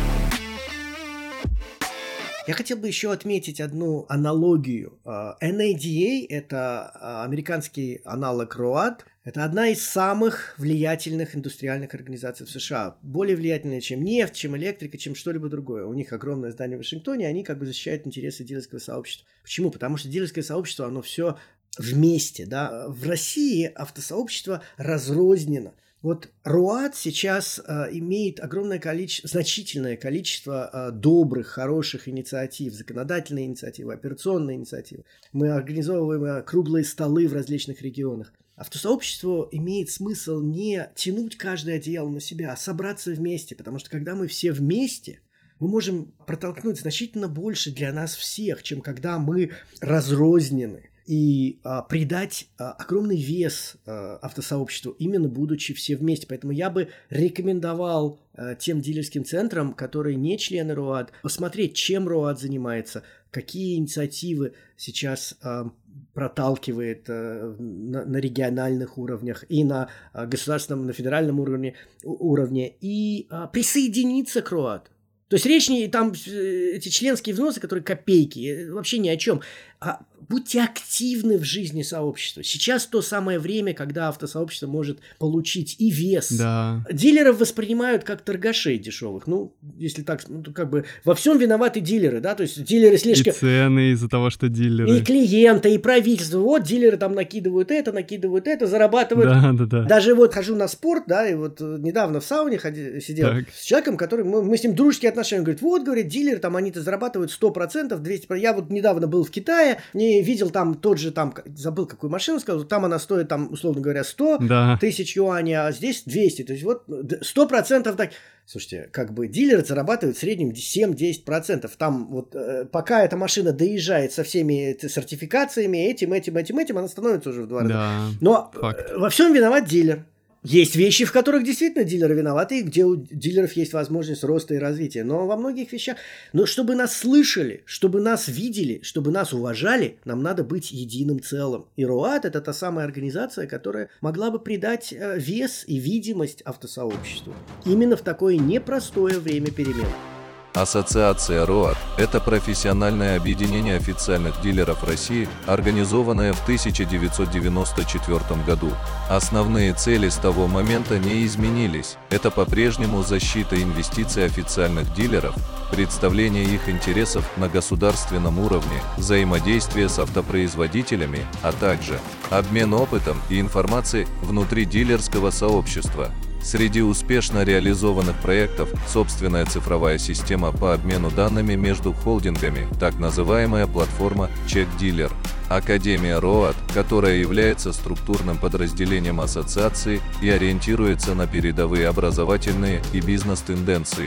Я хотел бы еще отметить одну аналогию. эн эй ди эй – это американский аналог роад. Это одна из самых влиятельных индустриальных организаций в США. Более влиятельная, чем нефть, чем электрика, чем что-либо другое. У них огромное здание в Вашингтоне, они как бы защищают интересы дилерского сообщества. Почему? Потому что дилерское сообщество, оно все вместе. Да? В России автосообщество разрознено. Вот роад сейчас э, имеет огромное количество, значительное количество э, добрых, хороших инициатив, законодательные инициативы, операционные инициативы. Мы организовываем э, круглые столы в различных регионах. Автосообщество имеет смысл не тянуть каждое одеяло на себя, а собраться вместе, потому что когда мы все вместе, мы можем протолкнуть значительно больше для нас всех, чем когда мы разрознены. И а, придать а, огромный вес а, автосообществу, именно будучи все вместе. Поэтому я бы рекомендовал а, тем дилерским центрам, которые не члены роад, посмотреть, чем роад занимается, какие инициативы сейчас а, проталкивает а, на, на региональных уровнях и на а, государственном, на федеральном уровне, уровне и а, присоединиться к роад. То есть речь не там эти членские взносы, которые копейки, вообще ни о чем. А будьте активны в жизни сообщества. Сейчас то самое время, когда автосообщество может получить и вес. Да. Дилеров воспринимают как торгашей дешевых. Ну, если так, ну, как бы во всем виноваты дилеры, да, то есть дилеры слишком... И цены из-за того, что дилеры... И клиенты, и правительство. Вот дилеры там накидывают это, накидывают это, зарабатывают. Да, да, да. Даже вот хожу на спорт, да, и вот недавно в сауне ходи, сидел так. с человеком, который, мы, мы с ним дружеские отношения. Он говорит, вот, говорит, дилеры там, они-то зарабатывают сто процентов, двести процентов. Я вот недавно был в Китае, не видел там тот же, там, забыл, какую машину сказал, там она стоит, там, условно говоря, сто да. тысяч юаней, а здесь двести. То есть вот сто процентов так. Слушайте, как бы дилеры зарабатывают в среднем семь-десять процентов. Там вот э, пока эта машина доезжает со всеми сертификациями, этим, этим, этим, этим, она становится уже в два раза. Да, Но э, во всем виноват дилер. Есть вещи, в которых действительно дилеры виноваты, и где у дилеров есть возможность роста и развития. Но во многих вещах... Но чтобы нас слышали, чтобы нас видели, чтобы нас уважали, нам надо быть единым целым. И роад – это та самая организация, которая могла бы придать вес и видимость автосообществу. Именно в такое непростое время перемен. Ассоциация роад – это профессиональное объединение официальных дилеров России, организованное в тысяча девятьсот девяносто четвёртом году. Основные цели с того момента не изменились. Это по-прежнему защита инвестиций официальных дилеров, представление их интересов на государственном уровне, взаимодействие с автопроизводителями, а также обмен опытом и информацией внутри дилерского сообщества. Среди успешно реализованных проектов собственная цифровая система по обмену данными между холдингами, так называемая платформа CheckDealer. Академия роад, которая является структурным подразделением ассоциации и ориентируется на передовые образовательные и бизнес-тенденции.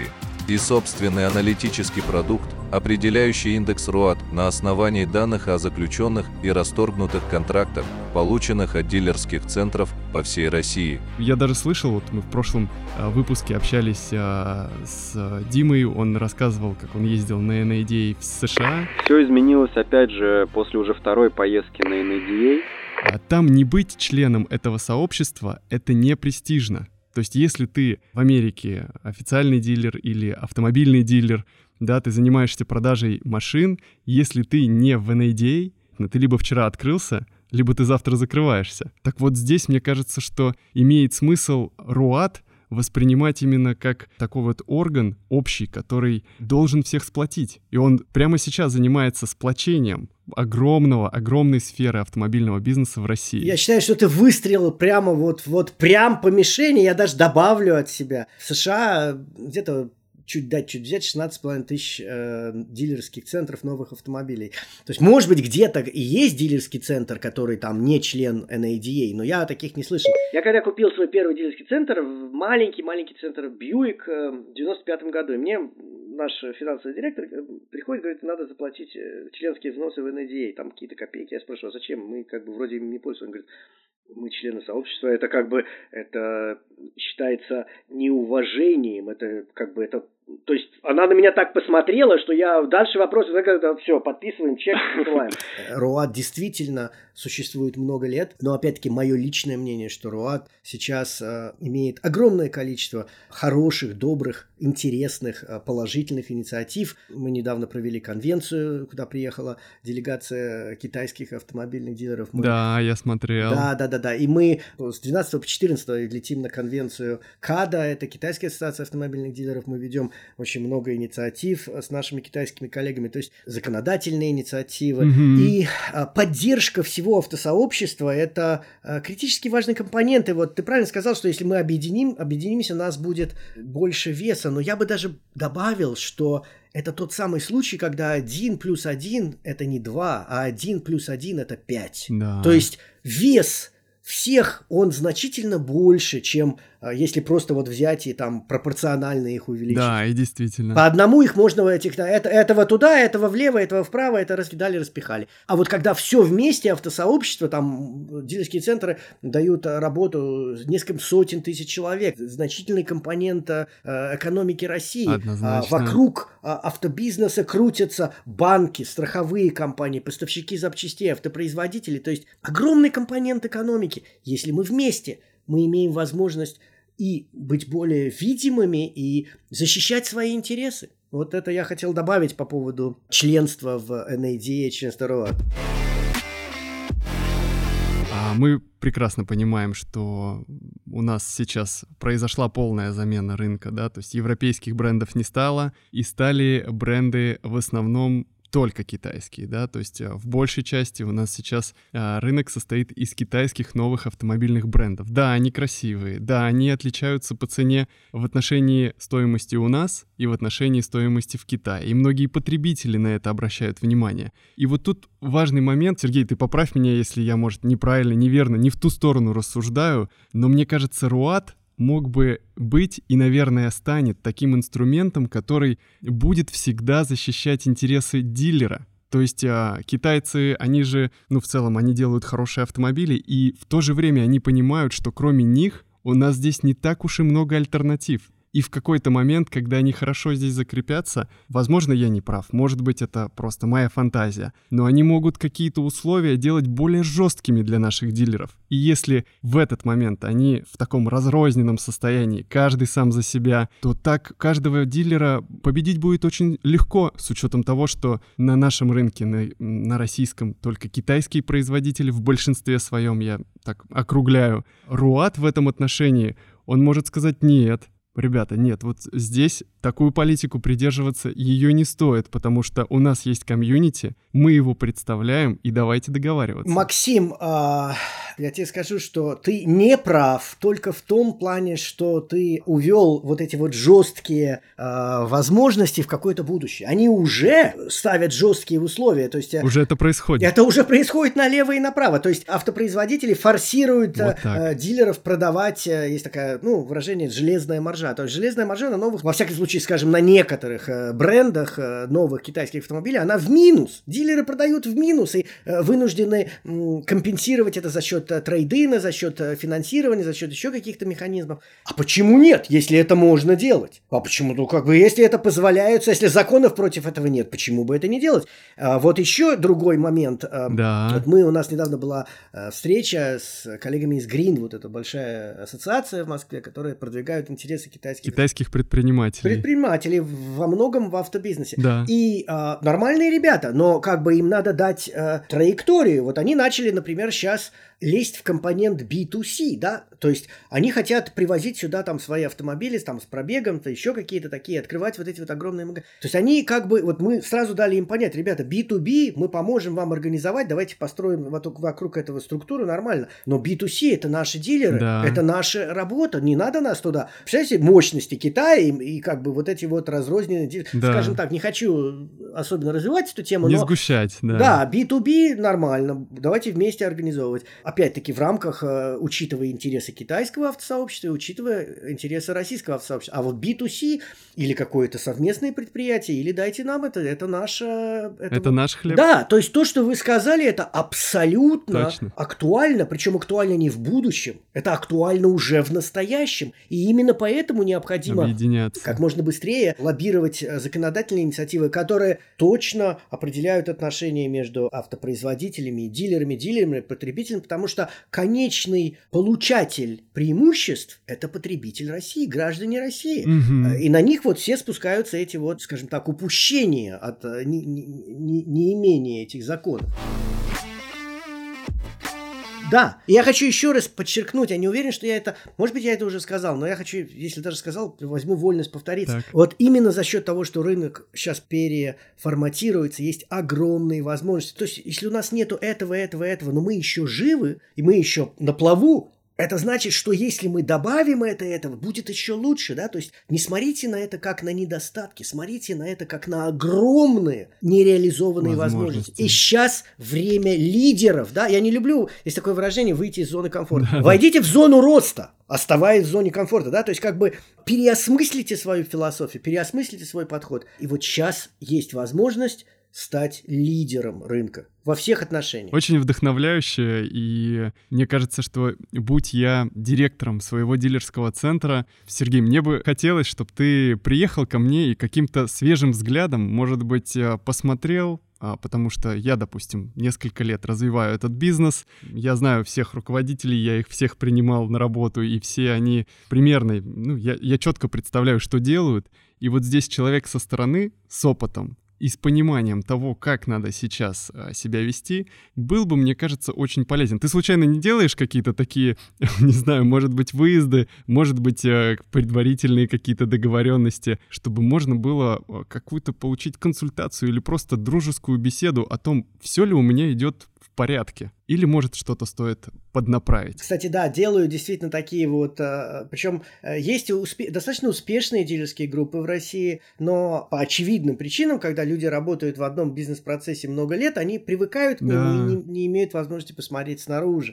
и собственный аналитический продукт, определяющий индекс РОАТ на основании данных о заключенных и расторгнутых контрактах, полученных от дилерских центров по всей России. Я даже слышал, вот мы в прошлом а, выпуске общались а, с а, Димой, он рассказывал, как он ездил на эн эй ди эй в США. Все изменилось, опять же, после уже второй поездки на эн эй ди эй. А там не быть членом этого сообщества — это не престижно. То есть если ты в Америке официальный дилер или автомобильный дилер, да, ты занимаешься продажей машин, если ты не в эн эй ди эй, ты либо вчера открылся, либо ты завтра закрываешься. Так вот здесь, мне кажется, что имеет смысл РОАТ воспринимать именно как такой вот орган общий, который должен всех сплотить. И он прямо сейчас занимается сплочением огромного, огромной сферы автомобильного бизнеса в России. Я считаю, что ты выстрелил прямо вот, вот прям по мишени, я даже добавлю от себя. В США где-то чуть дать, чуть взять, шестнадцать с половиной тысяч э, дилерских центров новых автомобилей. То есть, может быть, где-то и есть дилерский центр, который там не член эн эй ди эй, но я о таких не слышал. Я когда купил свой первый дилерский центр, маленький-маленький центр Бьюик э, в девяносто пятом году, и мне наш финансовый директор приходит, говорит, надо заплатить членские взносы в эн эй ди эй, там какие-то копейки. Я спрашиваю, а зачем? Мы как бы вроде им не пользуемся. Он говорит, мы члены сообщества, это как бы, это считается неуважением, это как бы, это, то есть она на меня так посмотрела, что я дальше вопросы, все, подписываем чек, посылаем. РОАТ действительно существует много лет, но опять-таки мое личное мнение, что РОАТ сейчас э, имеет огромное количество хороших, добрых, интересных, э, положительных инициатив. Мы недавно провели конвенцию, куда приехала делегация китайских автомобильных дилеров. Мы... Да, я смотрел. Да, да, да, да. И мы с двенадцатого по четырнадцатое летим на конвенцию КАДА, это Китайская ассоциация автомобильных дилеров. Мы ведем очень много инициатив с нашими китайскими коллегами, то есть законодательные инициативы. Mm-hmm. И а, поддержка всего автосообщества – это а, критически важный компонент. И вот ты правильно сказал, что если мы объединим, объединимся, у нас будет больше веса. Но я бы даже добавил, что это тот самый случай, когда один плюс один – это не два, а один плюс один – это пять. Да. То есть вес всех, он значительно больше, чем если просто вот взять и там пропорционально их увеличить. Да, и действительно. По одному их можно этих, это, этого туда, этого влево, этого вправо, это раскидали, распихали. А вот когда все вместе, автосообщество, там дилерские центры дают работу нескольким сотен тысяч человек, значительный компонент э, экономики России. Однозначно. А, вокруг а, автобизнеса крутятся банки, страховые компании, поставщики запчастей, автопроизводители. То есть огромный компонент экономики. Если мы вместе, мы имеем возможность и быть более видимыми, и защищать свои интересы. Вот это я хотел добавить по поводу членства в эн эй ди эй, членства РОАТ. Мы прекрасно понимаем, что у нас сейчас произошла полная замена рынка, да, то есть европейских брендов не стало, и стали бренды в основном только китайские, да, то есть в большей части у нас сейчас а, рынок состоит из китайских новых автомобильных брендов. Да, они красивые, да, они отличаются по цене в отношении стоимости у нас и в отношении стоимости в Китае, и многие потребители на это обращают внимание. И вот тут важный момент, Сергей, ты поправь меня, если я, может, неправильно, неверно, не в ту сторону рассуждаю, но мне кажется, РОАТ мог бы быть и, наверное, станет таким инструментом, который будет всегда защищать интересы дилера. То есть а, китайцы, они же, ну, в целом, они делают хорошие автомобили, и в то же время они понимают, что кроме них у нас здесь не так уж и много альтернатив. И в какой-то момент, когда они хорошо здесь закрепятся, возможно, я не прав, может быть, это просто моя фантазия, но они могут какие-то условия делать более жесткими для наших дилеров. И если в этот момент они в таком разрозненном состоянии, каждый сам за себя, то так каждого дилера победить будет очень легко, с учетом того, что на нашем рынке, на, на российском, только китайские производители в большинстве своем, я так округляю. РОАТ в этом отношении, он может сказать «нет». Ребята, нет, вот здесь такую политику придерживаться ее не стоит, потому что у нас есть комьюнити, мы его представляем, и давайте договариваться. Максим, э, я тебе скажу, что ты не прав только в том плане, что ты увел вот эти вот жесткие э, возможности в какое-то будущее. Они уже ставят жесткие условия. То есть, уже это происходит. Это уже происходит налево и направо. То есть автопроизводители форсируют вот э, дилеров продавать, э, есть такое, ну, выражение, железная маржа. маржа. То есть железная маржа на новых, во всяком случае, скажем, на некоторых э, брендах э, новых китайских автомобилей, она в минус. Дилеры продают в минус и э, вынуждены э, компенсировать это за счет э, трейдина, за счет э, финансирования, за счет еще каких-то механизмов. А почему нет, если это можно делать? А почему, ну, как бы, если это позволяется, если законов против этого нет, почему бы это не делать? А, вот еще другой момент. А, да. Вот мы, у нас недавно была а, встреча с коллегами из Green, вот эта большая ассоциация в Москве, которая продвигают интересы китайских, китайских предпринимателей. Предпринимателей во многом в автобизнесе. Да. И а, нормальные ребята, но как бы им надо дать а, траекторию. Вот они начали, например, сейчас лезть в компонент би ту си, да, то есть они хотят привозить сюда там свои автомобили там с пробегом, то еще какие-то такие, открывать вот эти вот огромные магазины. То есть они как бы, вот мы сразу дали им понять, ребята, би ту би мы поможем вам организовать, давайте построим вокруг, вокруг этого структуру нормально, но би ту си это наши дилеры, да. это наша работа, не надо нас туда. Представляете, мощности Китая и, и как бы вот эти вот разрозненные дилеры, да. Скажем так, не хочу особенно развивать эту тему, не но... сгущать, да. Да, би ту би нормально, давайте вместе организовывать. Опять-таки в рамках, э, учитывая интересы китайского автосообщества и учитывая интересы российского автосообщества. А вот би ту си или какое-то совместное предприятие, или дайте нам это, это наше... Это, это наш хлеб. Да, то есть то, что вы сказали, это абсолютно Точно. актуально, причем актуально не в будущем, это актуально уже в настоящем. И именно поэтому необходимо объединяться, как можно быстрее лоббировать законодательные инициативы, которые точно определяют отношения между автопроизводителями, дилерами, дилерами, потребителями, потому что конечный получатель преимуществ – это потребитель России, граждане России. Угу. И на них вот все спускаются эти вот, скажем так, упущения от не, не, не, неимения этих законов. Да, и я хочу еще раз подчеркнуть, я не уверен, что я это, может быть, я это уже сказал, но я хочу, если даже сказал, возьму вольность повториться. Так. Вот именно за счет того, что рынок сейчас переформатируется, есть огромные возможности. То есть, если у нас нету этого, этого, этого, но мы еще живы, и мы еще на плаву, это значит, что если мы добавим это, этого, будет еще лучше, да, то есть не смотрите на это как на недостатки, смотрите на это как на огромные нереализованные возможности. возможности. И сейчас время лидеров, да, я не люблю, есть такое выражение, выйти из зоны комфорта. Да, Войдите да. в зону роста, оставаясь в зоне комфорта, да, то есть как бы переосмыслите свою философию, переосмыслите свой подход. И вот сейчас есть возможность стать лидером рынка во всех отношениях. Очень вдохновляюще, и мне кажется, что будь я директором своего дилерского центра, Сергей, мне бы хотелось, чтобы ты приехал ко мне и каким-то свежим взглядом, может быть, посмотрел, потому что я, допустим, несколько лет развиваю этот бизнес, я знаю всех руководителей, я их всех принимал на работу, и все они примерно, ну, я, я четко представляю, что делают, и вот здесь человек со стороны, с опытом, и с пониманием того, как надо сейчас а, себя вести, был бы, мне кажется, очень полезен. Ты случайно не делаешь какие-то такие, не знаю, может быть, выезды, может быть, а, предварительные какие-то договоренности, чтобы можно было а, какую-то получить консультацию или просто дружескую беседу о том, все ли у меня идет в порядке? Или, может, что-то стоит поднаправить? Кстати, да, делаю действительно такие вот... Причем есть успе- достаточно успешные дилерские группы в России, но по очевидным причинам, когда люди работают в одном бизнес-процессе много лет, они привыкают к нему да. и не, не имеют возможности посмотреть снаружи.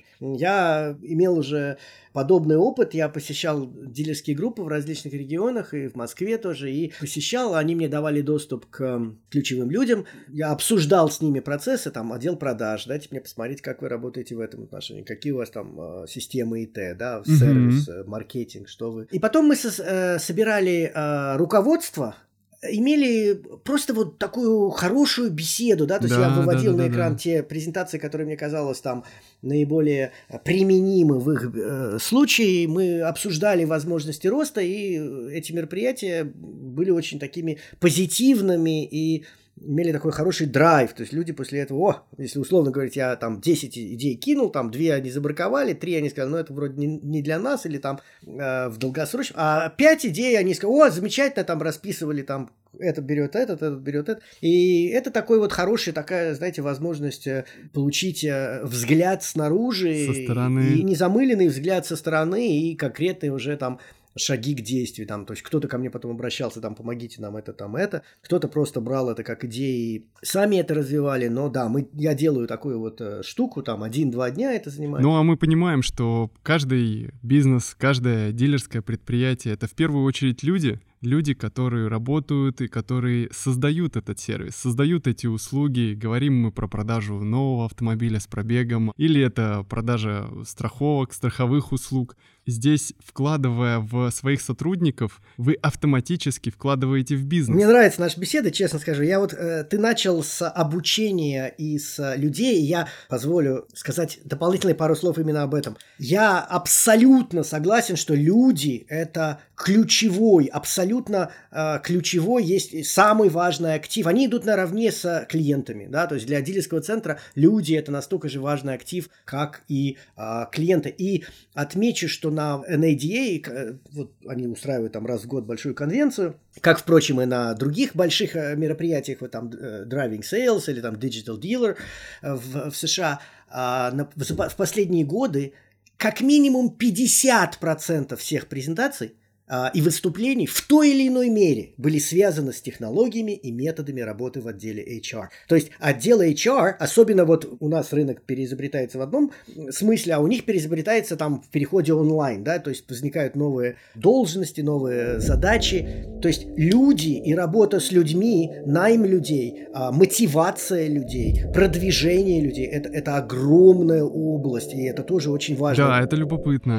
Я имел уже подобный опыт, я посещал дилерские группы в различных регионах, и в Москве тоже, и посещал, они мне давали доступ к ключевым людям, я обсуждал с ними процессы, там, отдел продаж, дайте мне посмотреть, как вы работаете в этом отношении, какие у вас там э, системы ИТ, да, сервис, mm-hmm. э, маркетинг, что вы. И потом мы со- э, собирали э, руководство, имели просто вот такую хорошую беседу, да, то есть да, я выводил да, да, на экран да. те презентации, которые мне казалось там наиболее применимы в их э, случае, мы обсуждали возможности роста, и эти мероприятия были очень такими позитивными и имели такой хороший драйв, то есть люди после этого, о, если условно говорить, я там десять идей кинул, там две они забраковали, три они сказали, ну это вроде не, не для нас, или там э, в долгосрочном, а пять идей они сказали, о, замечательно, там расписывали, там этот берет этот, этот берет этот, и это такой вот хороший, такая, знаете, возможность получить взгляд снаружи, со стороны. И незамыленный взгляд со стороны, и конкретный уже там шаги к действию, там, то есть кто-то ко мне потом обращался, там, помогите нам это, там, это, кто-то просто брал это как идеи, сами это развивали, но да, мы, я делаю такую вот э, штуку, там, один-два дня это занимает. Ну, а мы понимаем, что каждый бизнес, каждое дилерское предприятие — это в первую очередь люди, люди, которые работают и которые создают этот сервис, создают эти услуги. Говорим мы про продажу нового автомобиля с пробегом, или это продажа страховок, страховых услуг. Здесь, вкладывая в своих сотрудников, вы автоматически вкладываете в бизнес. Мне нравится наша беседа, честно скажу. Я вот, э, ты начал с обучения и с людей, и я позволю сказать дополнительные пару слов именно об этом. Я абсолютно согласен, что люди — это ключевой, абсолютно э, ключевой, есть самый важный актив. Они идут наравне с клиентами, да, то есть для дилерского центра люди — это настолько же важный актив, как и э, клиенты. И отмечу, что на эн эй ди эй, вот они устраивают там раз в год большую конвенцию, как, впрочем, и на других больших мероприятиях, вот там Driving Sales или там Digital Dealer в, в США, а, на, в, в последние годы как минимум пятьдесят процентов всех презентаций а, и выступлений в той или иной мере были связаны с технологиями и методами работы в отделе эйч ар. То есть отдел эйч ар, особенно вот у нас рынок переизобретается в одном смысле, а у них переизобретается там в переходе онлайн, да, то есть возникают новые должности, новые задачи. То есть люди и работа с людьми, найм людей, а, мотивация людей, продвижение людей, это, это огромная область, и это тоже очень важно. Да, это любопытно.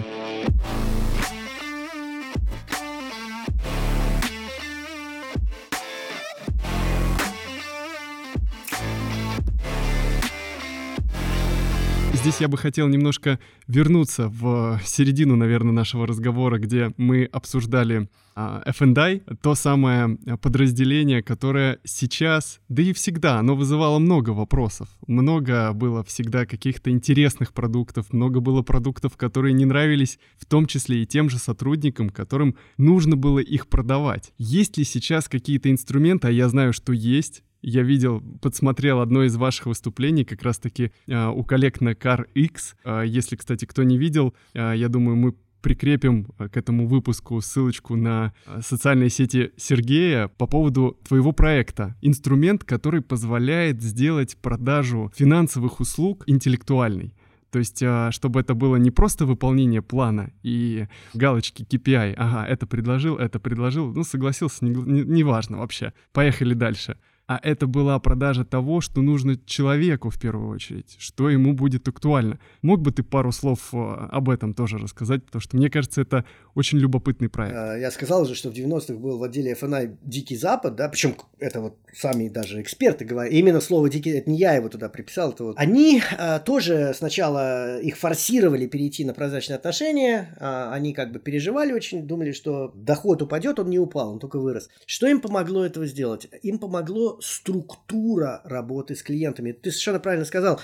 Здесь я бы хотел немножко вернуться в середину, наверное, нашего разговора, где мы обсуждали а, эф энд ай, то самое подразделение, которое сейчас, да и всегда, оно вызывало много вопросов. Много было всегда каких-то интересных продуктов, много было продуктов, которые не нравились, в том числе и тем же сотрудникам, которым нужно было их продавать. Есть ли сейчас какие-то инструменты, а я знаю, что есть. Я видел, подсмотрел одно из ваших выступлений как раз-таки э, у коллег на CarX. Э, если, кстати, кто не видел, э, я думаю, мы прикрепим к этому выпуску ссылочку на социальные сети Сергея по поводу твоего проекта. Инструмент, который позволяет сделать продажу финансовых услуг интеллектуальной. То есть, чтобы это было не просто выполнение плана и галочки кей пи ай. Ага, это предложил, это предложил, ну, согласился, неважно не, не важно вообще. Поехали дальше. А это была продажа того, что нужно человеку в первую очередь, что ему будет актуально. Мог бы ты пару слов об этом тоже рассказать, потому что, мне кажется, это очень любопытный проект. Я сказал уже, что в девяностых был в отделе эф энд ай «Дикий Запад», да, причем это вот сами даже эксперты говорят, именно слово «дикий», это не я его туда приписал, это вот. Они а, тоже сначала их форсировали перейти на прозрачные отношения, а, они как бы переживали очень, думали, что доход упадет, он не упал, он только вырос. Что им помогло этого сделать? Им помогло структура работы с клиентами. Ты совершенно правильно сказал,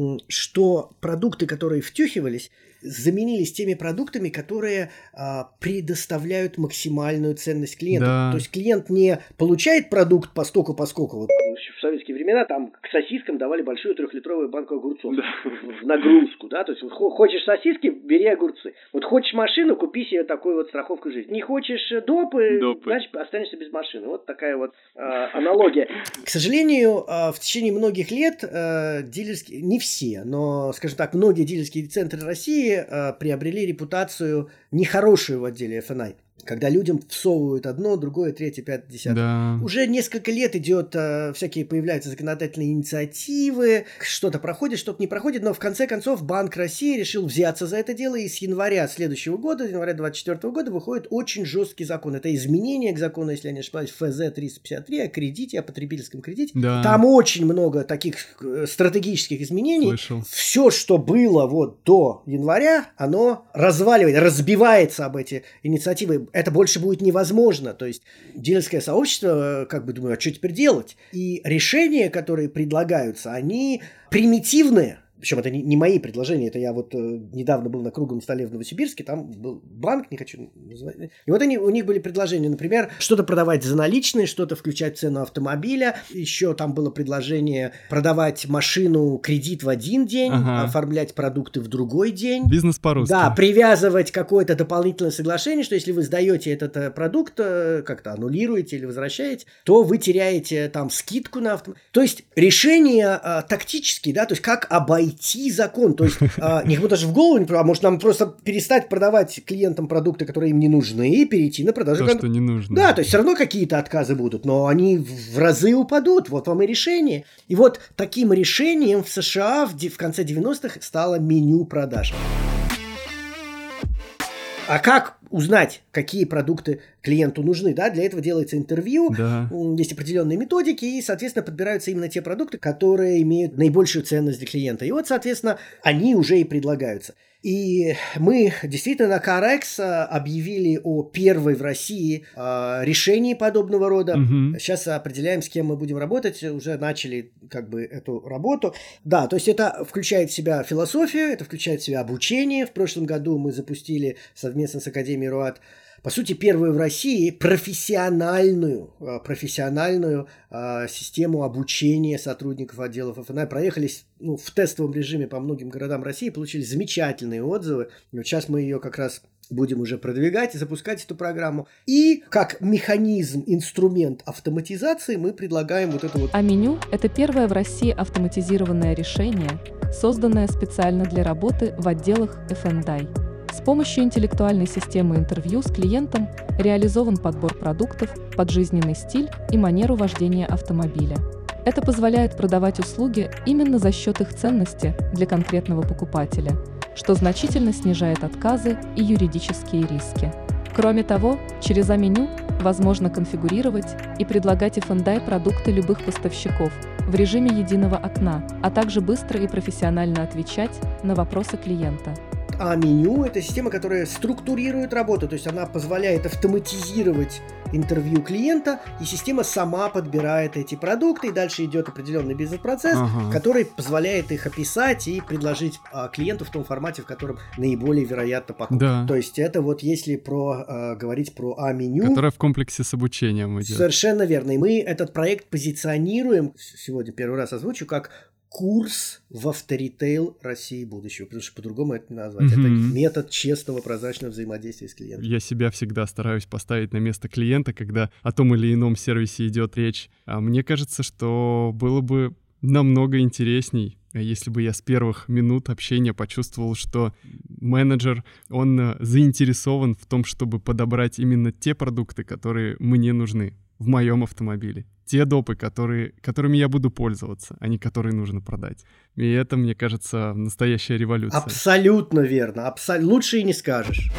что продукты, которые втюхивались, заменились теми продуктами, которые а, предоставляют максимальную ценность клиенту. Да. То есть клиент не получает продукт по стоку, по скоку. Вот в советские времена там к сосискам давали большую трехлитровую банку огурцов, да, в нагрузку, да, то есть вот, хочешь сосиски, бери огурцы. Вот хочешь машину, купи себе такую вот страховку жизни. Не хочешь допы, допы. Значит, останешься без машины. Вот такая вот э, аналогия. К сожалению, э, в течение многих лет э, дилерские, не все, но, скажем так, многие дилерские центры России э, приобрели репутацию нехорошую в отделе эф энд ай. Когда людям всовывают одно, другое, третье, пятое, десятое. Да. Уже несколько лет идет, э, всякие появляются законодательные инициативы, что-то проходит, что-то не проходит, но в конце концов Банк России решил взяться за это дело, и с января следующего года, с января двадцать четвёртого года выходит очень жесткий закон. Это изменение к закону, если я не ошибаюсь, эф зэ триста пятьдесят три о кредите, о потребительском кредите. Да. Там очень много таких стратегических изменений. Слышал. Все, что было вот до января, оно разваливается, разбивается об эти инициативы. Это больше будет невозможно. То есть дилерское сообщество как бы думает, а что теперь делать? И решения, которые предлагаются, они примитивные. причем это не, не мои предложения, это я вот э, недавно был на круглом столе в Новосибирске, там был банк, не хочу называть. И вот они, у них были предложения, например, что-то продавать за наличные, что-то включать в цену автомобиля. Еще там было предложение продавать машину кредит в один день, ага. оформлять продукты в другой день. Бизнес по-русски. Да, привязывать какое-то дополнительное соглашение, что если вы сдаете этот продукт, как-то аннулируете или возвращаете, то вы теряете там скидку на автомобиль. То есть решение а, тактические, да, то есть как обойти Обойти закон, то есть а, никому даже в голову не пришло, а может нам просто перестать продавать клиентам продукты, которые им не нужны, и перейти на продажу. То, что не нужно. Да, то есть все равно какие-то отказы будут, но они в разы упадут, вот вам и решение. И вот таким решением в США в, в конце девяностых стало меню продаж. А как узнать, какие продукты клиенту нужны? Да? Для этого делается интервью, да. Есть определенные методики, и, соответственно, подбираются именно те продукты, которые имеют наибольшую ценность для клиента. И вот, соответственно, они уже и предлагаются. И мы действительно на CarX объявили о первой в России решении подобного рода. Угу. Сейчас определяем, с кем мы будем работать. Уже начали как бы эту работу. Да, то есть это включает в себя философию, это включает в себя обучение. В прошлом году мы запустили совместно с Академией РУАД, по сути, первую в России профессиональную, профессиональную э, систему обучения сотрудников отделов эф эн ай. Проехались ну, в тестовом режиме по многим городам России, получили замечательные отзывы. И вот сейчас мы ее как раз будем уже продвигать и запускать эту программу. И как механизм, инструмент автоматизации мы предлагаем вот это вот. А-меню – это первое в России автоматизированное решение, созданное специально для работы в отделах эф эн ай. С помощью интеллектуальной системы интервью с клиентом реализован подбор продуктов под жизненный стиль и манеру вождения автомобиля. Это позволяет продавать услуги именно за счет их ценности для конкретного покупателя, что значительно снижает отказы и юридические риски. Кроме того, через А-меню возможно конфигурировать и предлагать эф эн ай продукты любых поставщиков в режиме единого окна, а также быстро и профессионально отвечать на вопросы клиента. А-меню – это система, которая структурирует работу, то есть она позволяет автоматизировать интервью клиента, и система сама подбирает эти продукты, и дальше идет определенный бизнес-процесс, ага. который позволяет их описать и предложить а, клиенту в том формате, в котором наиболее вероятно покупка. Да. То есть это вот если про, а, говорить про А-меню. Которое в комплексе с обучением идет. Совершенно верно. И мы этот проект позиционируем, сегодня первый раз озвучу, как курс в авторитейл России будущего, потому что по-другому это не назвать. Mm-hmm. Это метод честного, прозрачного взаимодействия с клиентом. Я себя всегда стараюсь поставить на место клиента, когда о том или ином сервисе идет речь. А мне кажется, что было бы намного интересней, если бы я с первых минут общения почувствовал, что менеджер, он заинтересован в том, чтобы подобрать именно те продукты, которые мне нужны в моем автомобиле. Те допы, которые, которыми я буду пользоваться, а не которые нужно продать. И это, мне кажется, настоящая революция. Абсолютно верно. Абсо... Лучше и не скажешь.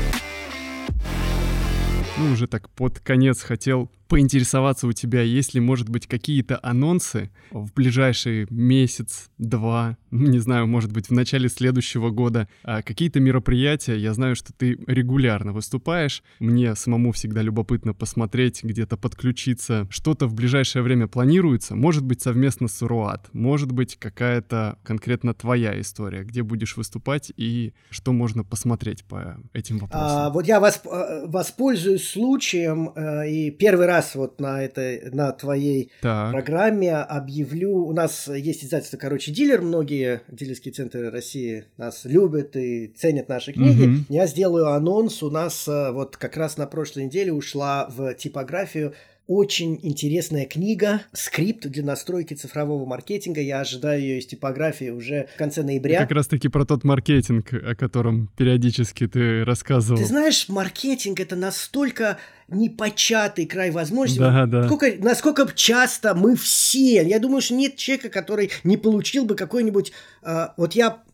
Ну, уже так под конец хотел поинтересоваться у тебя, есть ли, может быть, какие-то анонсы в ближайший месяц, два, не знаю, может быть, в начале следующего года, а какие-то мероприятия. Я знаю, что ты регулярно выступаешь. Мне самому всегда любопытно посмотреть, где-то подключиться. Что-то в ближайшее время планируется? Может быть, совместно с РУАД? Может быть, какая-то конкретно твоя история, где будешь выступать и что можно посмотреть по этим вопросам? А, вот я восп... воспользуюсь случаем э, и первый раз вот на этой, на твоей так. программе объявлю. У нас есть издательство «Короче, дилер». Многие дилерские центры России нас любят и ценят наши книги. Угу. Я сделаю анонс. У нас вот как раз на прошлой неделе ушла в типографию очень интересная книга, скрипт для настройки цифрового маркетинга. Я ожидаю ее из типографии уже в конце ноября. Как раз-таки про тот маркетинг, о котором периодически ты рассказывал. Ты знаешь, маркетинг — это настолько непочатый край возможностей. Да, да. Насколько, насколько часто мы все, я думаю, что нет человека, который не получил бы какой-нибудь... Э, вот я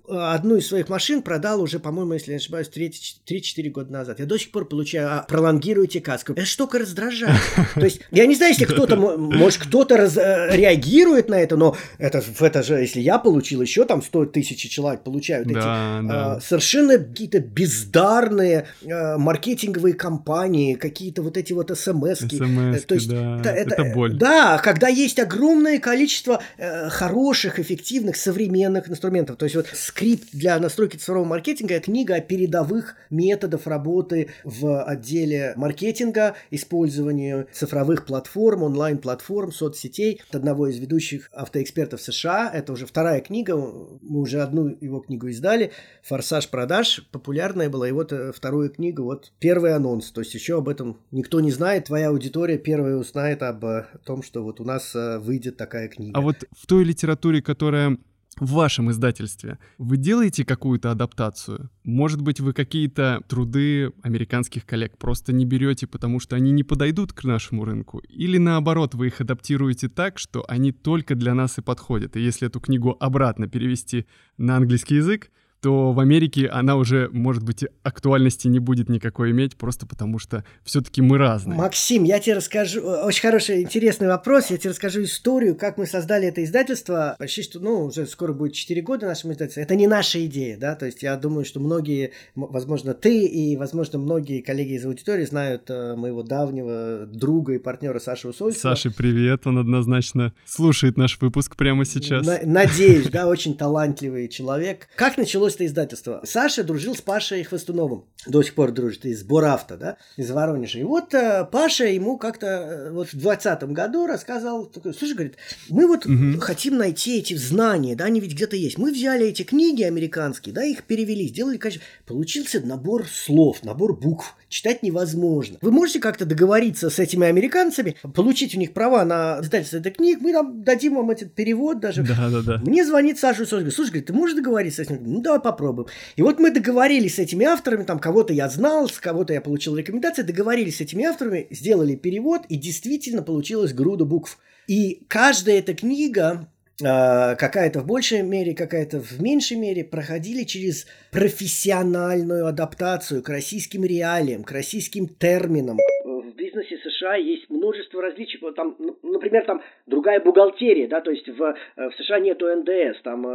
одну из своих машин продал уже, по-моему, если не ошибаюсь, три-четыре года назад. Я до сих пор получаю, а, пролонгируйте каску. Эта штука раздражает. То есть, я не знаю, если кто-то, может, кто-то раз, реагирует на это, но это, это же, если я получил, еще там сто тысяч человек получают эти да, да. А, совершенно какие-то бездарные а, маркетинговые кампании, какие-то вот эти вот смс-ки. смс-ки, То есть, да. это, это, это боль. Да, когда есть огромное количество э, хороших, эффективных, современных инструментов. То есть, вот скрипт для настройки цифрового маркетинга – это книга о передовых методах работы в отделе маркетинга, использованию цифровых платформ, онлайн-платформ, соцсетей. От одного из ведущих автоэкспертов США. Это уже вторая книга. Мы уже одну его книгу издали. «Форсаж продаж». Популярная была. И вот вторую книгу, вот первый анонс. То есть, еще об этом никто не знает. Твоя аудитория первая узнает об том, что вот у нас выйдет такая книга. А вот в той литературе, которая в вашем издательстве, вы делаете какую-то адаптацию? Может быть, вы какие-то труды американских коллег просто не берете, потому что они не подойдут к нашему рынку? Или наоборот, вы их адаптируете так, что они только для нас и подходят? И если эту книгу обратно перевести на английский язык, то в Америке она уже, может быть, актуальности не будет никакой иметь, просто потому что все-таки мы разные. Максим, я тебе расскажу, очень хороший, интересный вопрос, я тебе расскажу историю, как мы создали это издательство, почти что, ну, уже скоро будет четыре года нашему издательству, это не наша идея, да, то есть я думаю, что многие, возможно, ты и, возможно, многие коллеги из аудитории знают э, моего давнего друга и партнера Сашу Усольцева. Саше привет, он однозначно слушает наш выпуск прямо сейчас. На- надеюсь, да, очень талантливый человек. Как началось это издательство? Саша дружил с Пашей Хвостуновым, до сих пор дружит, из Боравто, да, из Воронежа. И вот э, Паша ему как-то э, вот в двадцатом году рассказал, такой, слушай, говорит, мы вот угу. хотим найти эти знания, да, они ведь где-то есть. Мы взяли эти книги американские, да, их перевели, сделали, конечно, получился набор слов, набор букв. Читать невозможно. Вы можете как-то договориться с этими американцами, получить у них права на издательство этой книги, мы там дадим вам этот перевод даже. Да, да, да. Мне звонит Саша Усольцев, говорит, слушай, говорит, ты можешь договориться с ним? Ну, давай попробуем. И вот мы договорились с этими авторами, там кого-то я знал, с кого-то я получил рекомендации, договорились с этими авторами, сделали перевод, и действительно получилась груда букв. И каждая эта книга, какая-то в большей мере, какая-то в меньшей мере, проходили через профессиональную адаптацию к российским реалиям, к российским терминам. В бизнесе США есть множество различий. Там, например, там другая бухгалтерия, да, то есть в, в США нету эн дэ эс, там,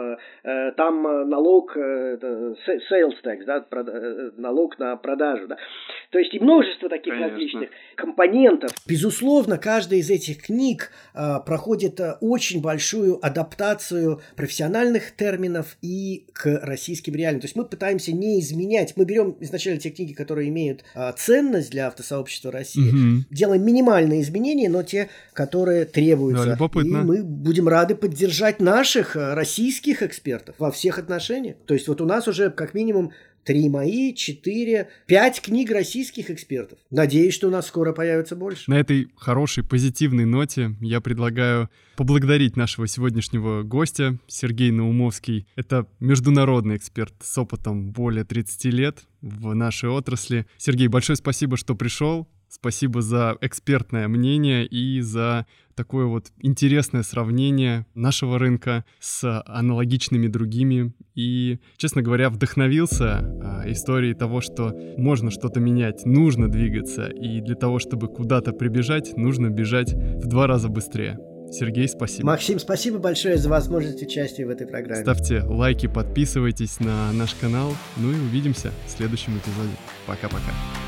там налог, sales tax, да, налог на продажу, да. То есть и множество таких Конечно. различных компонентов. Безусловно, каждая из этих книг а, проходит а, очень большую адаптацию профессиональных терминов и к российским реалиям. То есть мы пытаемся не изменять. Мы берем изначально те книги, которые имеют а, ценность для автосообщества России, угу. делаем минимальные изменения, но те, которые требуются. Да, любопытно. И мы будем рады поддержать наших а, российских экспертов во всех отношениях. То есть вот у нас уже как минимум Три мои, четыре, пять книг российских экспертов. Надеюсь, что у нас скоро появится больше. На этой хорошей, позитивной ноте я предлагаю поблагодарить нашего сегодняшнего гостя, Сергей Наумовский. Это международный эксперт с опытом более тридцати лет в нашей отрасли. Сергей, большое спасибо, что пришел. Спасибо за экспертное мнение и за такое вот интересное сравнение нашего рынка с аналогичными другими. И, честно говоря, вдохновился э, историей того, что можно что-то менять, нужно двигаться, и для того, чтобы куда-то прибежать, нужно бежать в два раза быстрее. Сергей, спасибо. Максим, спасибо большое за возможность участия в этой программе. Ставьте лайки, подписывайтесь на наш канал, ну и увидимся в следующем эпизоде. Пока-пока.